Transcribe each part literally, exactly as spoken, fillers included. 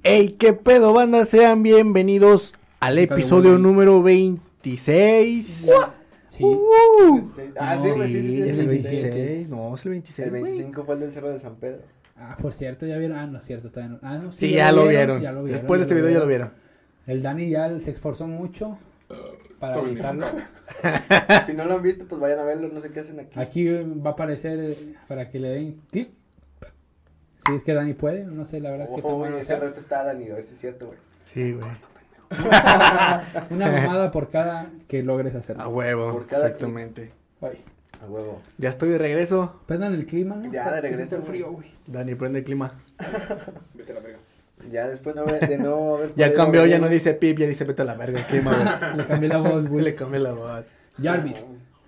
Hey, qué pedo, banda, sean bienvenidos al episodio número veintiséis. Sí. Uh, Ah, No, sí, güey, sí, sí, sí, es es el el veintiséis. veintiséis. No, es el veintiséis. El güey. veinticinco fue el del Cerro de San Pedro. Ah, por cierto, ya vieron. Ah, no es cierto, todavía no. Ah, no, Sí, ya lo vieron. ya lo vieron, Después de este video ya lo vieron. El Dani ya se esforzó mucho para editarlo. Si no lo han visto, pues vayan a verlo, no sé qué hacen aquí. Aquí va a aparecer eh, para que le den clic. Si es que Dani puede, no sé, la verdad que Ojo, tan güey, bueno ese sea. reto está Dani, a ver si es cierto, güey. Sí, güey. Una mamada por cada que logres hacerlo. A huevo, Por cada exactamente. Ay, A huevo. Ya estoy de regreso. prendan el clima, ¿no? Ya, de Porque regreso, está frío, güey. Dani, prende el clima. Vete a la verga. Ya después no haber- de no haber Ya podido cambió, ya venir. no dice pip, ya dice vete a la verga el clima, Le cambié la voz, güey. güey. Le cambié la voz. Jarvis.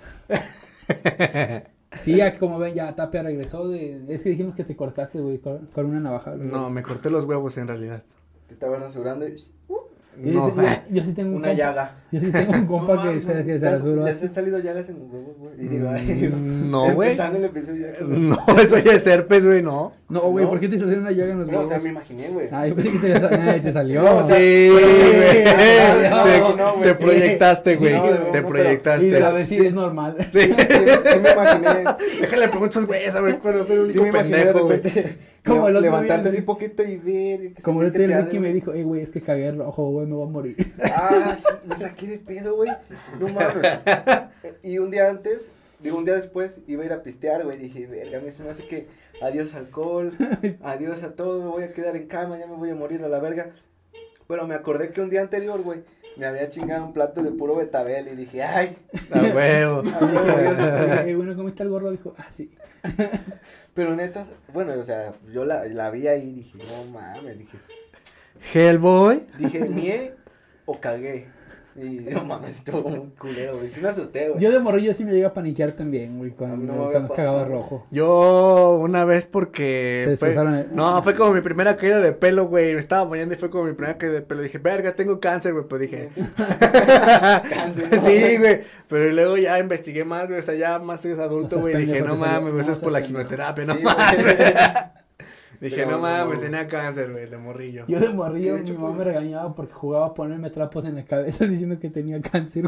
Sí, ya como ven, ya Tapia regresó de... Es que dijimos que te cortaste, güey, con, con una navaja. güey. No, me corté los huevos en realidad. Te estaba rasurando y... Yo, No, yo, yo sí tengo un Una compa, llaga. Yo sí tengo un compa No que, mames, se, que se ¿te has- rasuró ¿Les así. han salido llagas en los huevos, güey? Y digo, ay, Mm, no, güey. Empezando el episodio ya. No, eso ya es herpes, güey, no. No, güey, ¿No? ¿por qué te salió una llaga en los No, o huevos? sea, me imaginé, güey. Ah, yo pensé que te, ay, te salió. No, o sea, Sí, güey. no, Te- no, no, güey. Te proyectaste, güey. Sí, no, no, Te no, pero- proyectaste. y a ver si es normal. Sí. Sí, sí me imaginé. Déjale preguntar a esos güeyes a ver cuál es el único Sí me imaginé de pendejo, güey. repente. Como el otro levantarte día, así güey. poquito y ver. que Como el sentir otro que día te Ricky arde, me güey. dijo, eh, güey, es que cagué rojo, güey, me voy a morir. Ah, sí, me saqué de pedo, güey. No mames. Y un día antes, digo, un día después, iba a ir a pistear, güey. Dije, verga, a mí se me hace que adiós alcohol, adiós a todo, me voy a quedar en cama, ya me voy a morir a la verga. Pero me acordé que un día anterior, güey, me había chingado un plato de puro betabel y dije, ay. A huevo. Eh, bueno, ¿cómo está el gordo? Dijo, ah, sí. Pero neta, bueno, o sea, yo la, la vi ahí y dije, no mames, dije, Hellboy. dije, mié o cagué. Y no mames, estuvo muy culero, güey. Sí me asusté, güey. Yo de morrillo sí me llegué a paniquear también, güey, A cuando, mí no me había cuando cagaba pasado. rojo. Yo una vez porque Te fue- destrozaron el- no, fue como mi primera caída de pelo, güey. Me estaba bañando y fue como mi primera caída de pelo. Dije, verga, tengo cáncer, güey. Pues dije, Cáncer. sí, güey. Pero luego ya investigué más, güey. O sea, ya más es adulto, No güey. seas Dije, pendejo, no te salió- mames, güey. Eso no es por la seas pendejo. quimioterapia, no Sí, mames. güey. Dije, Pero no mames, no. tenía cáncer, güey, de morrillo. Yo de morrillo, ¿Qué mi hecho, mamá me güey? regañaba porque jugaba a ponerme trapos en la cabeza diciendo que tenía cáncer.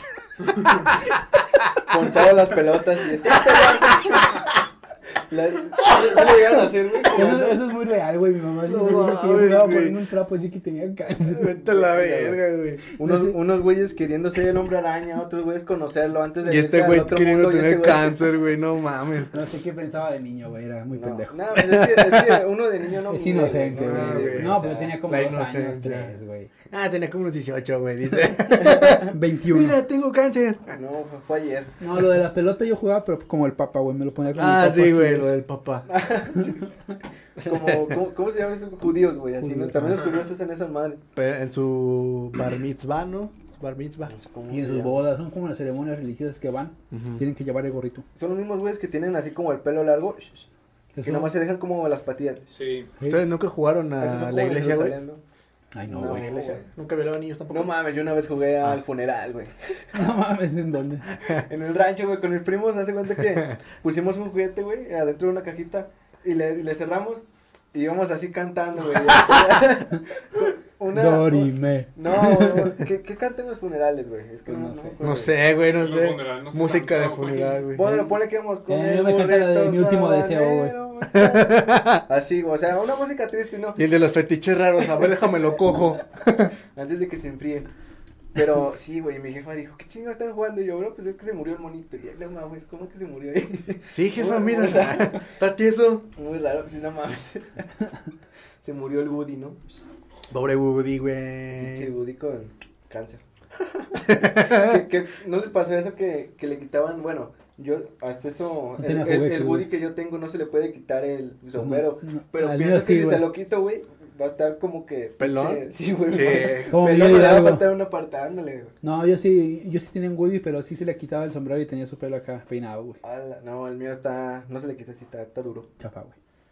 Ponchado las pelotas y este. La- ¿Sí lo llegaron a hacer, güey? Eso, eso es muy real, güey. Mi mamá No siempre dijo que yo mames, jugaba güey. poniendo un trapo así que tenía cáncer. Vete a la verga, güey. Unos, No sé. unos güeyes queriendo ser el hombre araña, otros güeyes conocerlo antes de Y este irse al güey otro queriendo mundo, y tener este güey- cáncer, güey, no mames. No sé qué pensaba de niño, güey. Era muy No, pendejo. no, pues es que, es que uno de niño no Es mide, inocente, güey, no, güey. güey, No, o pero sea, tenía como la dos años, inocencia. tres, güey. Ah, tenía como unos dieciocho, güey, dice. veintiuno. Mira, tengo cáncer. No, fue, fue ayer. No, lo de la pelota yo jugaba, pero como el papa, güey. Me lo ponía como el Ah, papa sí, aquí, güey, lo del papá. Como, ¿cómo, ¿Cómo se llaman esos judíos, güey? Así, ¿no? Judíos, También los ajá. judíos usan esa madre. Pero en su bar mitzvah, ¿no? Bar mitzvah. No sé cómo Y en se sus llama. bodas, son como las ceremonias religiosas que van. Ujú. Tienen que llevar el gorrito. Son los mismos güeyes que tienen así como el pelo largo, que Eso- nomás se dejan como las patillas. Sí. ¿Sí? ¿Ustedes nunca jugaron Esos son a como la de iglesia, güey? Jerusalén, ¿no? Ay, no, No, güey. güey. Nunca violaban niños tampoco. No mames, yo una vez jugué Ah. al funeral, güey. No mames, ¿en dónde? En el rancho, güey, con mis primos, hace cuenta que pusimos un juguete, güey, adentro de una cajita y le, y le cerramos y íbamos así cantando, güey. Una, Dorime. No, ¿qué, ¿qué cantan los funerales, güey? Es que Pues no, no no, sé. me acuerdo. No sé, güey, no No, sé. funeral, no sé Música de tanto, güey. funeral, güey. Ponle, ponle que vamos con Eh, el me canta la de burrito Mi último deseo, güey. sabanero, güey. Así, o sea, una música triste, ¿no? Y el de los fetiches raros, a ver, déjame lo cojo. Antes de que se enfríen. Pero sí, güey, mi jefa dijo, ¿qué chingados están jugando? Y yo, bro, pues es que se murió el monito. Y yo, no mames, ¿cómo que se murió ahí? Sí, jefa, Muy- mira. muy raro. Está tieso. Muy raro, sí, no mames. Se murió el Woody, ¿no? Pobre Woody, Pinche güey. Woody con cáncer. que, que, ¿No les pasó eso que, que le quitaban, bueno, yo, hasta eso, No el, tenía el, juguete, el güey. Woody que yo tengo no se le puede quitar el sombrero, No, no, pero al pienso mío que sí, si güey. se lo quito, güey, va a estar como que... ¿Pelón? pinche- Sí, güey. Sí. Como Pelón, Miguel le va a Hidalgo. faltar una parte, ándale, güey. No, yo sí, yo sí tenía un Woody, pero sí se le quitaba el sombrero y tenía su pelo acá peinado, güey. Ala, no, el mío está, no se le quita así, está, está duro. Chafa, güey.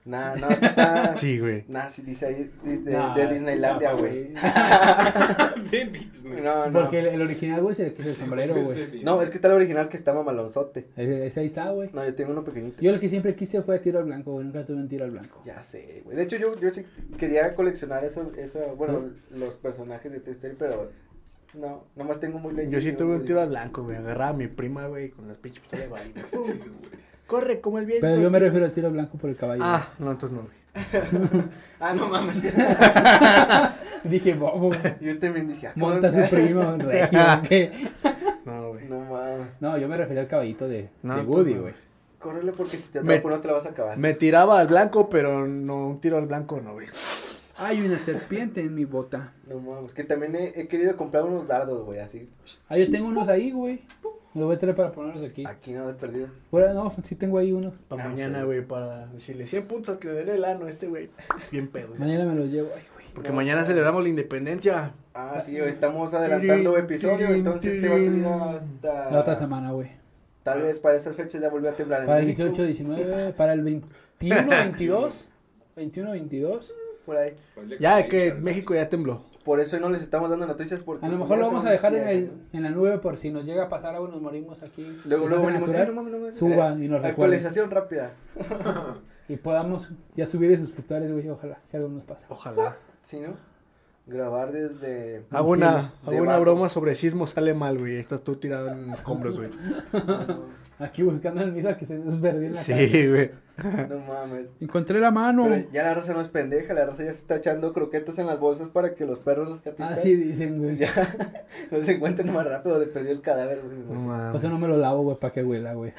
Nah, no, está... Sí, güey. Nah, sí dice ahí de, de, No, de Disneylandia, chapa, güey. De Disney. No, no. Porque el, el original, güey, se le quita el sombrero, Es güey. de Disney. No, es que está el original que está mamalonzote. Ese, ese ahí está, güey. No, yo tengo uno pequeñito. Yo lo que siempre quise fue tiro al blanco, güey. Nunca tuve un tiro al blanco. Ya sé, güey. De hecho, yo, yo sí quería coleccionar eso, eso, bueno, los personajes de Toy Story, pero no, nomás tengo muy leído. Yo sí tuve un tiro al blanco, güey. Agarraba a mi prima, güey, con las pinches pistolas de baile. Corre como el viento. Pero yo me refiero al tiro al blanco por el caballo. Ah, no, entonces no, güey. Ah, no mames. güey. Dije, bobo. Yo también dije, ah, Monta cabrón. su primo, regio, ¿qué? No, güey. No mames. No, yo me refería al caballito de, No, de pues Woody, no. güey. Córrele porque si te Me- atrapo no te la vas a acabar. Me tiraba al blanco, pero no, un tiro al blanco no, güey. Hay una serpiente en mi bota. No mames. Que también he, he querido comprar unos dardos, güey, así. Ah, yo tengo unos ahí, güey. Me los voy a traer para ponerlos aquí. Aquí no he perdido. Fuera, no, sí tengo ahí unos. Para Ah, mañana, sí. güey, para decirle cien puntos que le den el ano a este, güey. Bien pedo, güey. Mañana me los llevo. Ay, güey. Porque No, mañana no. celebramos la independencia. Ah, sí, hoy estamos adelantando episodio, entonces te va a salir hasta... La otra semana, güey. Tal vez para esas fechas ya volvió a temblar en Para el México. dieciocho, diecinueve, para el veintiuno, veintidós. veintiuno, veintidós. Por ahí. Ya que México ya tembló. Por eso hoy no les estamos dando noticias porque... A lo pues, mejor ya lo vamos son a dejar en, viajes. el, en la nube por si nos llega a pasar algo, nos morimos aquí. Luego, Desastre luego venimos, natural, "Eh, no mames, no mames". suba Eh, y nos recuerde. Actualización rápida. Y podamos ya subir de suscriptores, güey, ojalá, si algo nos pasa. Ojalá. ¿Sí, no? Grabar desde... Hago una, de hago una bajo. broma sobre sismo, sale mal, güey. Estás tú tirado en escombros, güey. Aquí buscando el misa que se nos perdió en la Sí, calle. güey. No mames. Encontré la mano. Pero ya la raza no es pendeja, la raza ya se está echando croquetas en las bolsas para que los perros, los gatitos... Ah, sí, dicen, güey. Ya no se encuentren más rápido de perdió el cadáver, güey. No Pues mames. no me lo lavo, güey, para que huela, güey.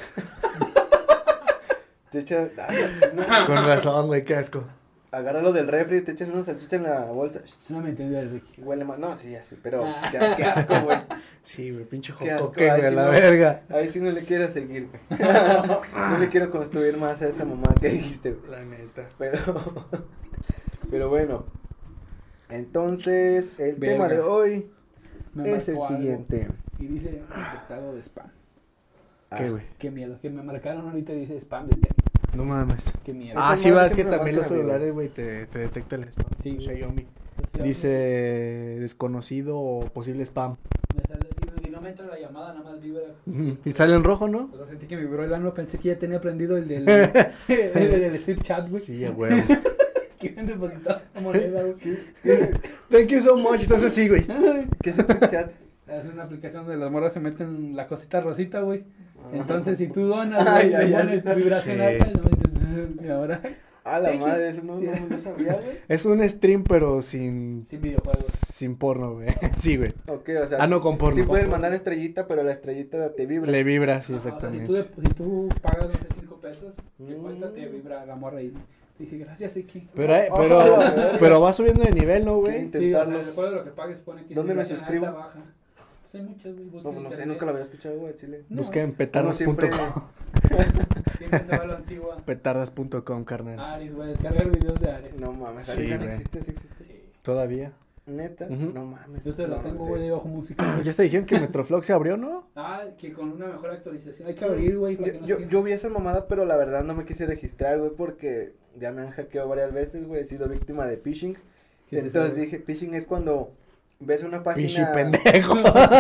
Te echa... ah, no. Con razón, güey, qué asco. Agárralo del refri y te echas una salchicha en la bolsa. No me entendió el Ricky. Huele mal. No, sí, así, pero Ah. qué, qué asco, güey. Sí, güey, pinche Qué asco, jocoque, ay, güey, a sí, la no. verga. Ahí sí no le quiero seguir, güey. No le quiero construir más a esa mamá que dijiste, güey. La neta. Pero, pero bueno. Entonces, el Verga. tema de hoy Me es el marcó algo. siguiente. Y dice detectado de spam. ¿Qué, Ah, güey? Qué miedo. Que me marcaron ahorita dice spam de Tecno. No mames. Qué miedo. Ah, Esas sí, madres vas que siempre me también los marcan a mí, güey. celulares, güey, te, te detecta el spam. Sí, güey. Xiaomi. Sí, Dice desconocido o posible spam. Me sale así, güey, y no me entra la llamada, nada más vibra. Y sale en rojo, ¿no? O sea, sentí que me vibró el ano, pensé que ya tenía aprendido el del, el, del strip chat, güey. Sí, a huevo. Quieren depositar la moneda, güey. Thank you so much. Estás así, güey. ¿Qué es el chat? Es una aplicación donde las morras se meten la cosita rosita, güey. Entonces, si tú donas, Ay, güey, ay, le ay, pones ay, vibración sí. alta y lo metes. Y ahora, A la Thank you. madre, eso no, no, no sabía, güey. Es un stream, pero sin. sin videojuegos. Sin porno, güey. Sí, güey. Ok, o sea. Ah, no, con porno. Sí puedes Con porno. mandar estrellita, pero la estrellita te vibra. Le vibra, sí, Ajá, o sea, si, exactamente. tú, de- si tú pagas, no sé, cinco pesos, te Mm. cuesta, te vibra la morra y dije, gracias, Ricky. Pero, eh, Oh, pero, la verga. pero va subiendo de nivel, ¿no, güey? ¿Qué? Sí, o sea, intentarlo. después de lo que pagues pone que ¿Dónde me vibración suscribo? alta, baja. Pues hay muchas, güey. busca No, en no sé, internet. nunca lo había escuchado, güey, Chile. No, Busca en Uno petardas punto siempre... com. siempre se va a la antigua. Petardas punto com, carnal. Ares, güey, descargar videos de Ares. No mames, Sí, Ares ya no güey. existe, sí existe. Sí. Todavía. Neta, Ujú. no mames. Yo te lo No, tengo, sí. güey, de bajo música. Ya te dijeron que Metroflog se abrió, ¿no? Ah, que con una mejor actualización. Hay que abrir, güey, para que Yo, no yo, siga. yo vi esa mamada, pero la verdad no me quise registrar, güey, porque ya me han hackeado varias veces, güey, he sido víctima de phishing. ¿Qué es Entonces eso, güey? dije, phishing es cuando ves una página... Pichi pendejo.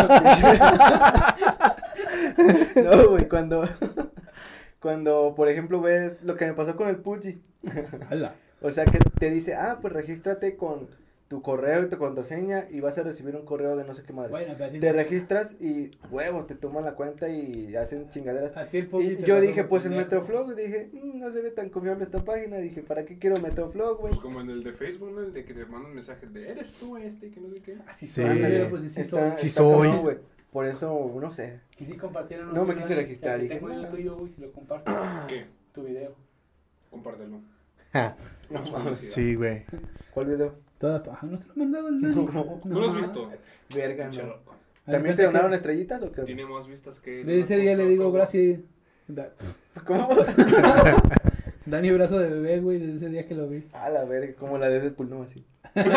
No, güey, cuando... Cuando, por ejemplo, ves lo que me pasó con el P U B G. Hala. O sea, que te dice, ah, pues regístrate con tu correo y tu contraseña y vas a recibir un correo de no sé qué madre. Bueno, pero a ti Te te- registras y, huevo, te toman la cuenta y hacen chingaderas. a ti el P U B G Y te yo pasó dije, por pues el pendejo. Metroflog, dije, "Mm, no se ve tan confiable esta página. Dije, ¿para qué quiero Metroflog, güey? Pues como en el de Facebook, ¿no? El de que te mandan mensajes de eres tú este, que no sé qué. Ah, sí, Sí. soy, Ándale, pues sí, sí está- soy. Sí está soy. cabrón, güey. Por eso, no sé. Y si compartieron un No me video, quise y registrar, así dije, tengo yo el no. tuyo, güey, si lo comparto, ¿Qué? tu video. Compártelo. Ja, No mames. Publicidad. sí, güey. ¿Cuál video? Toda paja, no te lo he mandado el No, Dani. no. ¿No lo has ma. visto? Verga, Pinche no. loco. ¿También te donaron estrellitas o qué? Tiene más vistas que... De ese día le digo, gracias. Da- ¿Cómo? Dani, brazo de bebé, güey, desde ese día que lo vi. A la verga, como la de Deadpool, no, así.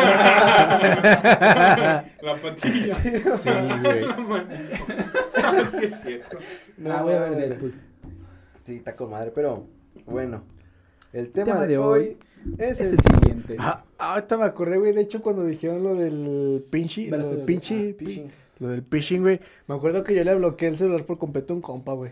La patilla. Sí, güey. Sí es cierto. No, ah, voy a ver mames. Deadpool. Sí, está con madre, pero bueno. El tema, de, hoy es, Es el... el siguiente. Ah, ahorita me acordé, güey, de hecho, cuando dijeron lo del pinche, lo del pinche, Ah, phishing. lo del phishing, güey, me acuerdo que yo le bloqueé el celular por completo a un compa, güey,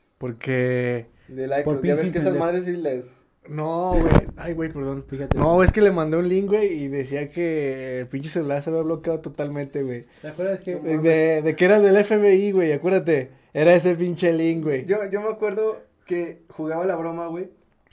porque, De like, Por ya ves pinche que esas pendejo. madres sí les... no, güey, ay, güey, perdón, Fíjate. no, es que le mandé un link, güey, y decía que el pinche celular se había bloqueado totalmente, güey, ¿Te acuerdas que? de, de que era del F B I, güey, acuérdate, era ese pinche link, güey. Yo, yo me acuerdo que jugaba la broma, güey,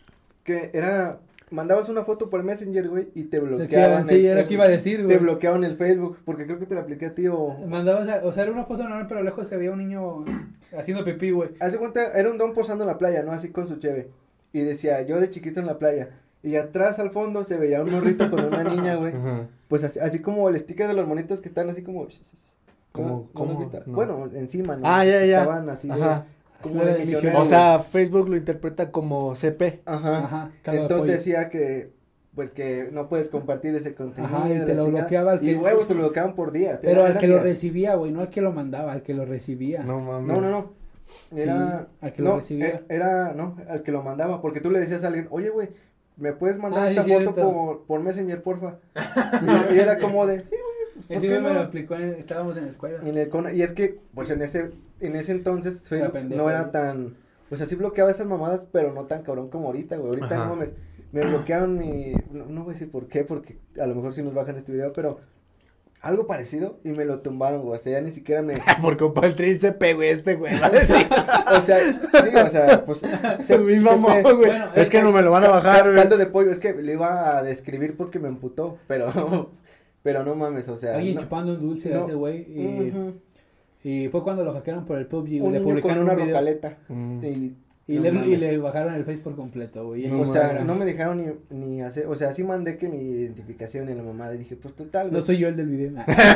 que era... Mandabas una foto por Messenger, güey, y te bloqueaban. Sí, el- era lo que iba a decir, Te güey. bloqueaban el Facebook, porque creo que te la apliqué a ti o... Mandabas, a- o sea, era una foto normal, pero lejos se veía un niño haciendo pipí, güey. Hace cuenta, era un don posando en la playa, ¿no? Así con su cheve. Y decía, yo de chiquito en la playa. Y atrás al fondo se veía un morrito con una niña, güey. Ajá. Pues así, así como el sticker de los monitos que están así como... ¿Cómo? ¿No- no lo has ¿Cómo? visto? No. Bueno, encima, ¿no? Ah, ya, ya. Estaban así de... Ajá. Como Era de de misionero. misionero. O sea, Facebook lo interpreta como C P. Ajá. Ajá, caldo de Entonces pollo. decía que... Pues que no puedes compartir ese contenido. Ajá, y te la lo chingada. bloqueaba al Y que- huevos te lo bloqueaban por día. te Pero daban al que lo días. recibía, güey, no al que lo mandaba, al que lo recibía. No mames. No, no, no. Era... Sí, al que lo no, recibía. e- Era, no, al que lo mandaba. Porque tú le decías a alguien, oye, güey, ¿me puedes mandar Ah, sí, esta foto cierto. por, por Messenger, porfa? y, y era como de, sí, güey, ¿por Ese qué güey me lo no? aplicó, en, estábamos en la escuela. En el Cona- y es que, pues en ese, en ese entonces Facebook pendejo, no era ¿no? tan, pues así bloqueaba esas mamadas, pero no tan cabrón como ahorita, güey. Ahorita Ajá. no mames, me bloquearon mi, no, no voy a decir por qué, porque a lo mejor sí nos bajan este video, pero algo parecido y me lo tumbaron, güey. O sea, ya ni siquiera me, Por compa el C P, güey, este güey. ¿vale? Sí. o sea, sí, o sea, pues Se me mamó, me- güey. Bueno, es, es que no me lo van a bajar, güey. Caldo de pollo, es que le iba a describir porque me emputó, pero, pero no mames, o sea. Alguien no- chupando un dulce a no. ese güey. Y, Ujú. y fue cuando lo hackearon por el P U B G. Un le niño con publicaron una un video. rocaleta. Mm. Y, Y, no le, y mames. le bajaron el Face por completo, güey. Y No o sea, mames. no me dejaron ni, ni hacer, o sea, sí mandé que mi identificación y la mamada, y dije, pues total, No güey. soy yo el del video.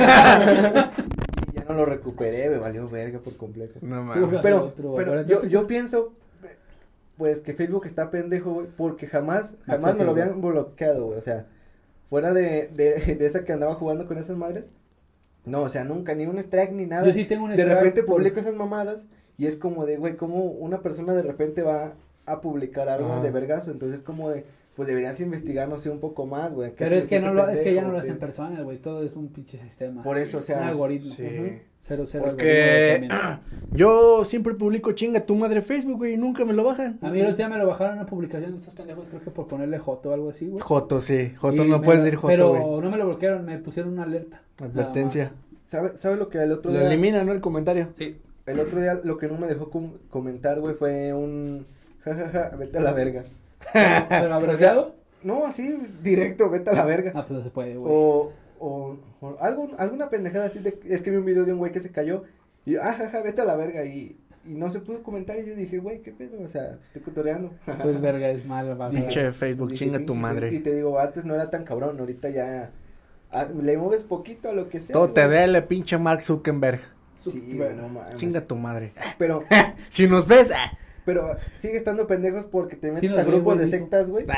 Y ya no lo recuperé, me valió verga por completo. No Sí, mames. Pero, otro, pero acuérdate. yo, yo pienso, pues, que Facebook está pendejo, güey, porque jamás, jamás me lo Facebook. habían bloqueado, güey, o sea, fuera de, de, de esa que andaba jugando con esas madres, no, o sea, nunca, ni un strike, ni nada. Yo sí tengo un De strike repente por- publico esas mamadas, y es como de, güey, como una persona de repente va a publicar algo Ajá. de vergazo, entonces como de, pues deberías investigar, no sé, un poco más, güey. ¿qué Pero es hace que, este no lo, es que ya pendejo, no lo güey? hacen personas, güey. Todo es un pinche sistema. Por eso, o sea, un algoritmo. sí. Ujú. Cero, cero Porque algoritmo también. yo siempre publico chinga tu madre Facebook, güey, y nunca me lo bajan. A mí el otro día me lo bajaron una publicación de estos pendejos, creo que por ponerle Joto o algo así, güey. Joto, sí. Joto, Y no me puedes lo- decir Joto, Pero güey. no me lo bloquearon, me pusieron una alerta. nada Advertencia. ¿Sabe, ¿sabe lo que el otro Lo día? elimina, ¿no? El comentario. más. Sí. El otro día lo que no me dejó com- comentar, güey, fue un jajaja, vete a la verga. ¿Pero abreviado? No, así, directo, vete a la verga. Ah, pues no se puede, güey. O, o, o algo, alguna pendejada así de, es que vi un video de un güey que se cayó y, ah, jaja, vete a la verga y, y no se pudo comentar y yo dije, güey, qué pedo, o sea, estoy cotoreando. Pues verga, es mal. baja. Pinche Facebook, Dije, chinga tu "Pinche madre. Facebook". Y te digo, antes no era tan cabrón, ahorita ya, ah, le mueves poquito a lo que sea. Todo te güey. dele, pinche Mark Zuckerberg. Sí, güey, no mames. Chinga tu madre. Pero, Si nos ves, ah. pero sigue estando pendejos porque te metes nos a ve, grupos güey, de dijo. sectas, güey.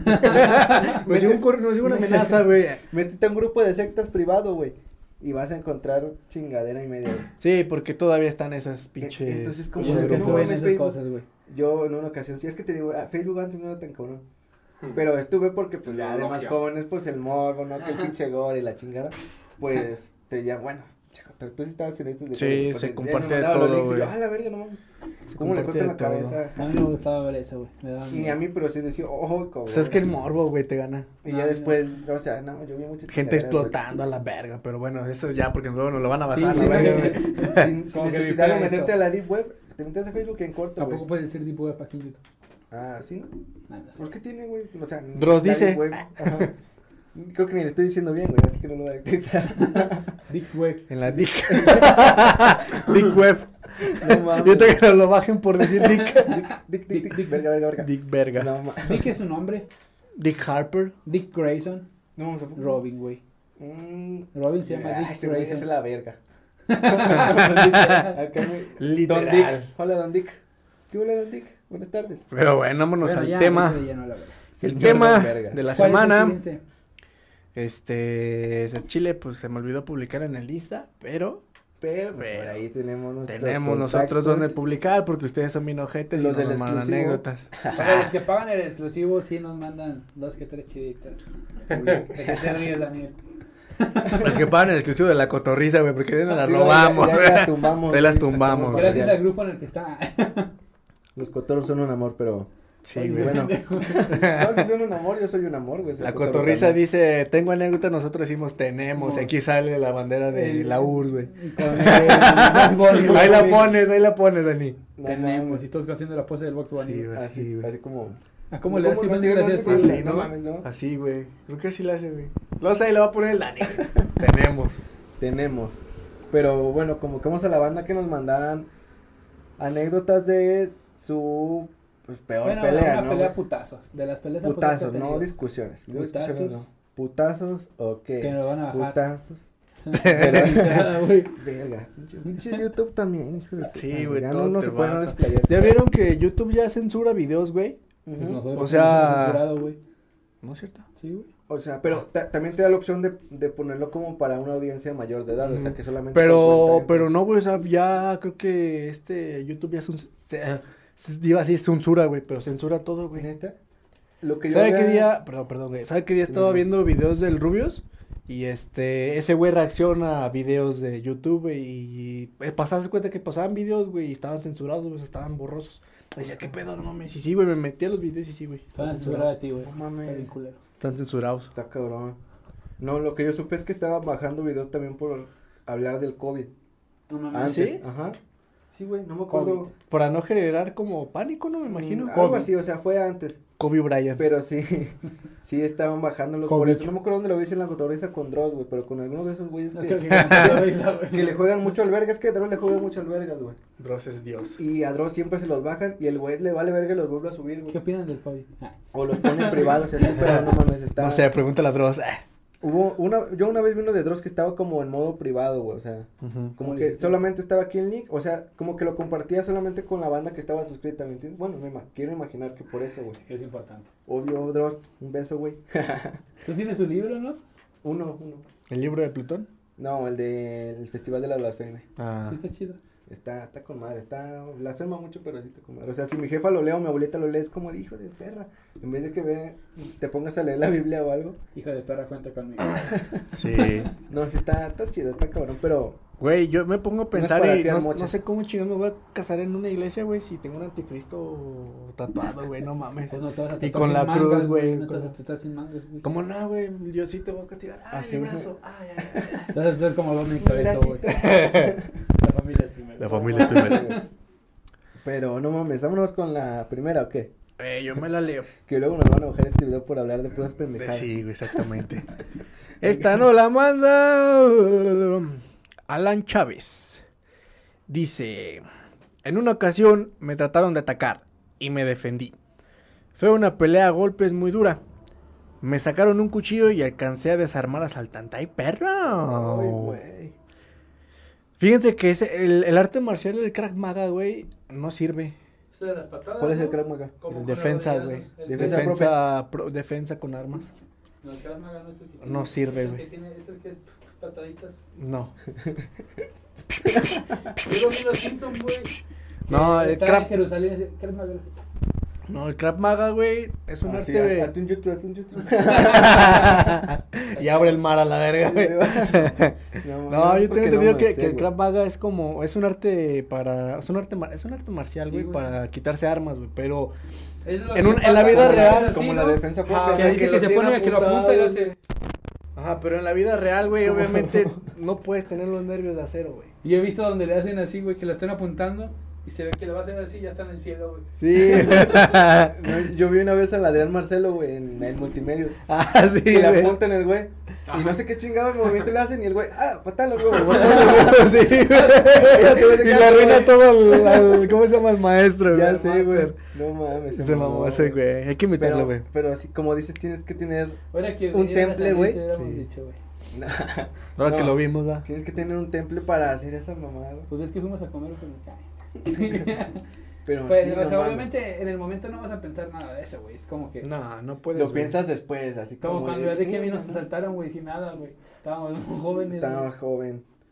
Nos llegó un correo, nos llegó una amenaza, güey. Métete a un grupo de sectas privado, güey. Y vas a encontrar chingadera y media, güey. Sí, porque todavía están esas pinches. Entonces, como Yo de nunca que no estuve en mames, esas Facebook. cosas, güey. Yo en una ocasión, sí es que te digo, ah, Facebook antes no era tan cabrón. Pero estuve porque, pues, ya de más Tecnología. jóvenes, pues, el morbo, ¿no? Que el pinche gore y la chingada. Pues, te ya, bueno, chico, tú tú sí estabas en estos de Sí, Facebook, se pues, comparte ya me de mandaban los todo, links y yo, güey. ah, la verga, no mames. Se ¿Cómo le comparte cortan la de todo. cabeza? A mí no me gustaba ver eso, güey. Me daba Ni miedo. a mí, pero sí decía, ojo, cabrón. Pues es que el morbo, güey, te gana. Y No, ya no. después, o sea, no, yo vi mucha Gente chingadera, explotando a la verga, pero bueno, eso ya, porque luego nos lo van a bajar. Sí, a la sí, verga, güey. güey. güey. Sin, sin Como que necesidad de vipea meterte esto. a la deep web, te metes a Facebook en corto, güey. Tampoco puedes decir deep web aquí en YouTube. Ah, ¿sí, no? Ah, no sé. ¿Por qué tiene, güey? O sea, Dross la dice. deep web, ajá. Creo que ni le estoy diciendo bien, güey, así que no lo voy a detectar. Deep web. En la Dick. Dick Web. No mames. Yo te que nos lo bajen por decir Dick. Dick, dick, dick, dick, verga, verga, verga. Dick Verga. No, ma- Dick es su nombre. Dick Harper. Dick Grayson. no, se fue. Robin, güey. Mm. Robin se llama Ah, Dick ese güey Grayson. es la verga. Acá, güey. Literal. Don Dick. Hola, Don Dick. ¿Qué hola, Don Dick? Buenas tardes. Pero bueno, vámonos Bueno, al ya, tema. eso ya no la verdad. El Señor tema Don Verga. de la ¿Cuál es el semana. siguiente? Este, ese Chile, pues se me olvidó publicar en el lista, pero Pero, pues, Pero por ahí tenemos nuestros Tenemos contactos. nosotros donde publicar porque ustedes son bien ojetes y Los no del nos mandan exclusivo. anécdotas. O sea, los que pagan el exclusivo sí nos mandan dos que tres chiditas. Uy, ¿de qué te ríes, Daniel? Los que pagan el exclusivo de la cotorriza, güey, porque de nos las Sí, robamos. Ya, ya las tumbamos. Te las güey, tumbamos. sacamos Gracias al material. grupo en el que está. Los cotorros son un amor, pero... Sí, Oye, güey. bueno. pendejo. No, si son un amor, yo soy un amor, güey. soy La cotorro cotorriza también. dice, tengo anécdota, nosotros decimos tenemos. Y aquí sale la bandera de El- la U R S S, güey. Con el Box Bunny. Ahí la pones, ahí la pones, Dani. No, Tenemos. mames. Y todos haciendo la pose del Box Bunny. Sí, güey. Así, Así, güey. así como... ¿A cómo le das? ¿Cómo Si no me sé, haces no sé, así, güey? ¿no? No mames, ¿no? Así, güey. Creo que así la hace, güey. Luego ahí la va a poner el Dani, güey. Tenemos. Tenemos. Pero bueno, convocamos a la banda que nos mandaran anécdotas de su pues, peor Bueno, pelea, una ¿no? pelea güey? putazos. De las peleas a Putazos, que he no tenido. discusiones. Digo Putazos. discusiones no. ¿Putazos o qué? Que nos van a bajar. Putazos. Pero, güey. Verga. Pinche- Pinche YouTube también, hijo de Sí, puta, güey, Ya todo no, no te se puede no baja. desplayar. ¿Ya vieron que YouTube ya censura videos, güey? Ujú. Pues nosotros O sea- nos hemos censurado, güey. ¿No es cierto? Sí, güey. O sea, pero ta- también te da la opción de, de ponerlo como para una audiencia mayor de edad, o sea, que solamente... Pero, cuenta, pero pues. no, güey, o sea, ya creo que este YouTube ya es un... Se, se- iba así, censura, güey, pero censura todo, güey. ¿Neta? Lo que yo ¿Sabe qué había- día? Perdón, perdón, güey. ¿Sabe qué día Sí, estaba no. viendo videos del Rubius? Y este, ese güey reacciona a videos de YouTube, güey, y eh, pasas cuenta que pasaban videos, güey, y estaban censurados, güey, o sea, estaban borrosos. Decía, ¿qué pedo? No mames. Y sí, güey, me metí a los videos y sí, güey. Van a Están censurar a censurados. ti, güey. No mames. Está bien culero. Están censurados. Está cabrón. No, lo que yo supe es que estaba bajando videos también por hablar del COVID. No mames. Antes, ¿sí? Ajá. Sí, güey, no me acuerdo. COVID. Para no generar como pánico, ¿no? Me imagino. Mm, algo COVID. así, o sea, fue antes. Kobe Bryant. Pero sí, sí estaban bajándolos por COVID. eso. No me acuerdo dónde lo vi si en la cotorriza con Dross, güey, pero con alguno de esos güeyes No que, creo que con risa, güey. que le juegan mucho al verga. Es que Dross le juega mucho al vergas, güey. Dross es Dios. Y a Dross siempre se los bajan y el güey le vale verga y los vuelve a subir, ¿Qué güey. opinan del COVID? Ah. O los ponen privados y así, pero no mames, está... No sé, pregúntale a Dross. Hubo una, yo una vez vi uno de Dross que estaba como en modo privado, güey, o sea... Ujú. Como ¿Cómo le que hiciste? solamente estaba aquí el link, o sea, como que lo compartía solamente con la banda que estaba suscrita, ¿me entiendes? Bueno, me ima- quiero imaginar que por eso, güey. Es importante. Obvio, Dross, un beso, güey. ¿Tú tienes su libro, no? uno, uno. ¿El libro de Plutón? No, el del Festival de la Blasfemia. Ah. Sí, está chido. Está, está con madre, está, blasfema mucho, pero sí está con madre. O sea, si mi jefa lo lee o mi abuelita lo lee, es como el hijo de perra. En vez de que ve, te pongas a leer la Biblia o algo. Hija de perra, cuenta conmigo. Sí. No, sí está, está chido, está cabrón, pero... Güey, yo me pongo a es pensar para y ti, no, mocha. no sé cómo chingón me voy a casar en una iglesia, güey, si tengo un anticristo tatuado, güey, no mames. Pues no te vas a Y tatuar con sin la mangas, cruz, güey. No te vas a con- tatuar sin mangas, güey. ¿Cómo no, güey? Yo sí te voy a castigar. Ay, Así, mi güey. brazo. Ay, ay, ay, ay. Te vas a tatuar como Dominic Un Toretto, güey. bracito. La familia es primero. La familia es primero. Pero no mames, vámonos con la primera, ¿o qué? Eh, yo me la leo. Que luego nos van a bajar este video por hablar de puras pendejadas. Sí, güey, exactamente. Esta no la manda Alan Chávez. Dice, en una ocasión me trataron de atacar y me defendí. Fue una pelea a golpes muy dura. Me sacaron un cuchillo y alcancé a desarmar al asaltante. ¡Ay, perro! Ay, güey. Fíjense que ese, el, el arte marcial del Krav Maga, güey, no sirve. Eso de las patadas, ¿Cuál es el ¿no? Krav Maga? Como El con defensa, los güey. rodillazos, el Defensa Defensa, pro- defensa con armas. No, el Krav Maga no es el que No tiene- sirve, es el güey. que tiene- Es el que es pataditas. No. Yo lo vi en los Simpsons, güey. No, Que el estaba Krav- en Jerusalén. ese Krav Maga. No, el Krav Maga, güey, es un Ah, arte... sí, haz- hazte un YouTube, hazte un YouTube. Y abre el mar a la verga, güey. No, No, yo tengo porque no entendido me que, sé, que el güey. Krav Maga es como, es un arte para, es un arte, mar- es un arte marcial, Sí, güey, güey. para quitarse armas, güey, pero Es lo En que un- en pasa la vida cuando real, haces así, Como ¿no? la defensa Ah, propia. o Que sea, dice que que los se tiene pone, que lo apunta y lo apuntados, hace. ajá, pero en la vida real, güey, obviamente no puedes tener los nervios de acero, güey. Y he visto donde le hacen así, güey, que lo están apuntando y se ve que lo va a hacer así y ya está en el cielo, güey. Sí. No, yo vi una vez al Adrián Marcelo, güey, en el multimedia. Ah, sí, Que le güey. apuntan el güey. Y no sé qué chingado el movimiento le hacen y el güey, ah, patalo, güey. Sí, güey. Y le arruina todo al, al- ¿cómo se llama? El maestro, Ya güey. sé, el güey. máster. No mames. Se mamó ese, güey. Hay que imitarlo, Pero, güey. pero así, como dices, tienes que tener. Ahora que Un vinieran a temple, San Luis, güey. hubiéramos Sí. dicho, güey. Ahora No. que lo vimos, va. Tienes que tener un temple para hacer esa mamada, güey. Pues ves que fuimos a comer con el cae. Pero, Pues, sí, o no sea, mames. obviamente en el momento no vas a pensar nada de eso, güey. Es como que. No, no puedes. Lo güey. piensas después, así Como como. cuando de, Alex y a mí "Mm, nos asaltaron, güey, sin nada, güey. Estábamos muy jóvenes. Estaba güey. joven.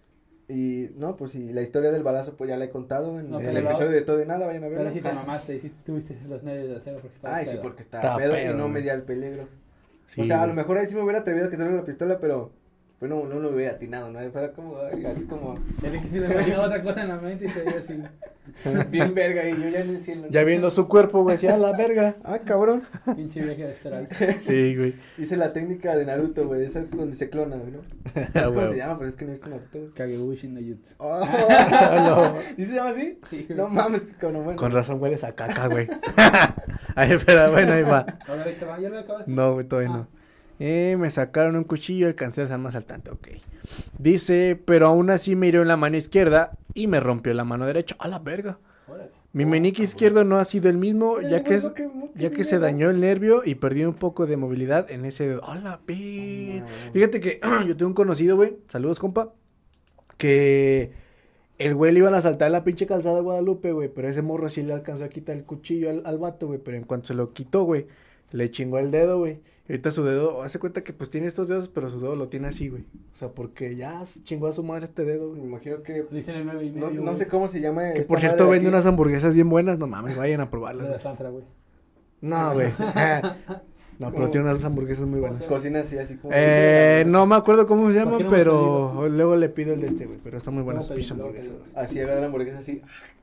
Y, no, pues sí, la historia del balazo, pues ya la he contado en No, el pero episodio la- de Todo y Nada, vayan a verlo. Pero sí te mamaste y sí tuviste los nervios de hacerlo porque estabas Ay, sí, pedo. porque estaba Estaba pedo y pedo, no güey. medía el peligro. Sí, o sea, a güey. lo mejor ahí sí me hubiera atrevido a quitarle la pistola, pero pues no, no lo hubiera atinado, ¿no? Fuera como, ay, así como, Él que se le imaginaba otra cosa en la mente y se dio así. bien verga, y yo ya en el cielo. Ya viendo su cuerpo, güey, decía, "A la verga". Ah, cabrón. Pinche viaje de esperar. Sí, güey. Hice la técnica de Naruto, güey, esa donde se clona, güey, ¿no? No sé cómo Güey. se llama, pero es que no he visto Naruto, güey. Kagebushi no Jutsu. Oh, No. ¿Y se llama así? Sí, güey. No mames, que cabrón, bueno. Con razón hueles a caca, güey. Ay, pero bueno, ahí va. A ver, ahí te va, ¿ya lo acabaste? No, güey, todavía no. Eh, me sacaron un cuchillo, alcancé a ser más asaltante, ok. Dice, pero aún así me hirió en la mano izquierda y me rompió la mano derecha. A la verga. Órale. Mi Oh, meñique cabrón. izquierdo no ha sido el mismo, Órale, ya que, güey, es, ¿por qué- por qué ya que se mierda? dañó el nervio y perdí un poco de movilidad en ese dedo. A la pe- No. Fíjate que yo tengo un conocido, güey, saludos, compa, que el güey le iban a saltar la pinche calzada de Guadalupe, güey, pero ese morro sí le alcanzó a quitar el cuchillo al, al vato, güey, pero en cuanto se lo quitó, güey, le chingó el dedo, güey. Y ahorita su dedo, hace cuenta que pues tiene estos dedos, pero su dedo lo tiene así, güey. O sea, porque ya chingó a su madre este dedo, Me güey. imagino que, Dicen el nueve y no, medio. no güey. sé cómo se llama. Que esta por cierto madre de vende aquí. unas hamburguesas bien buenas, no mames, vayan a De probarlas. la güey. Santra, güey. No, güey. No, pero tiene unas hamburguesas muy buenas. Cocina así, así como. Eh, no me acuerdo cómo se llama, ¿Por qué no me pero luego le pido el de este, güey. Pero está muy buena Luego su pinche pedimos, hamburguesa. luego Así agarra la hamburguesa así.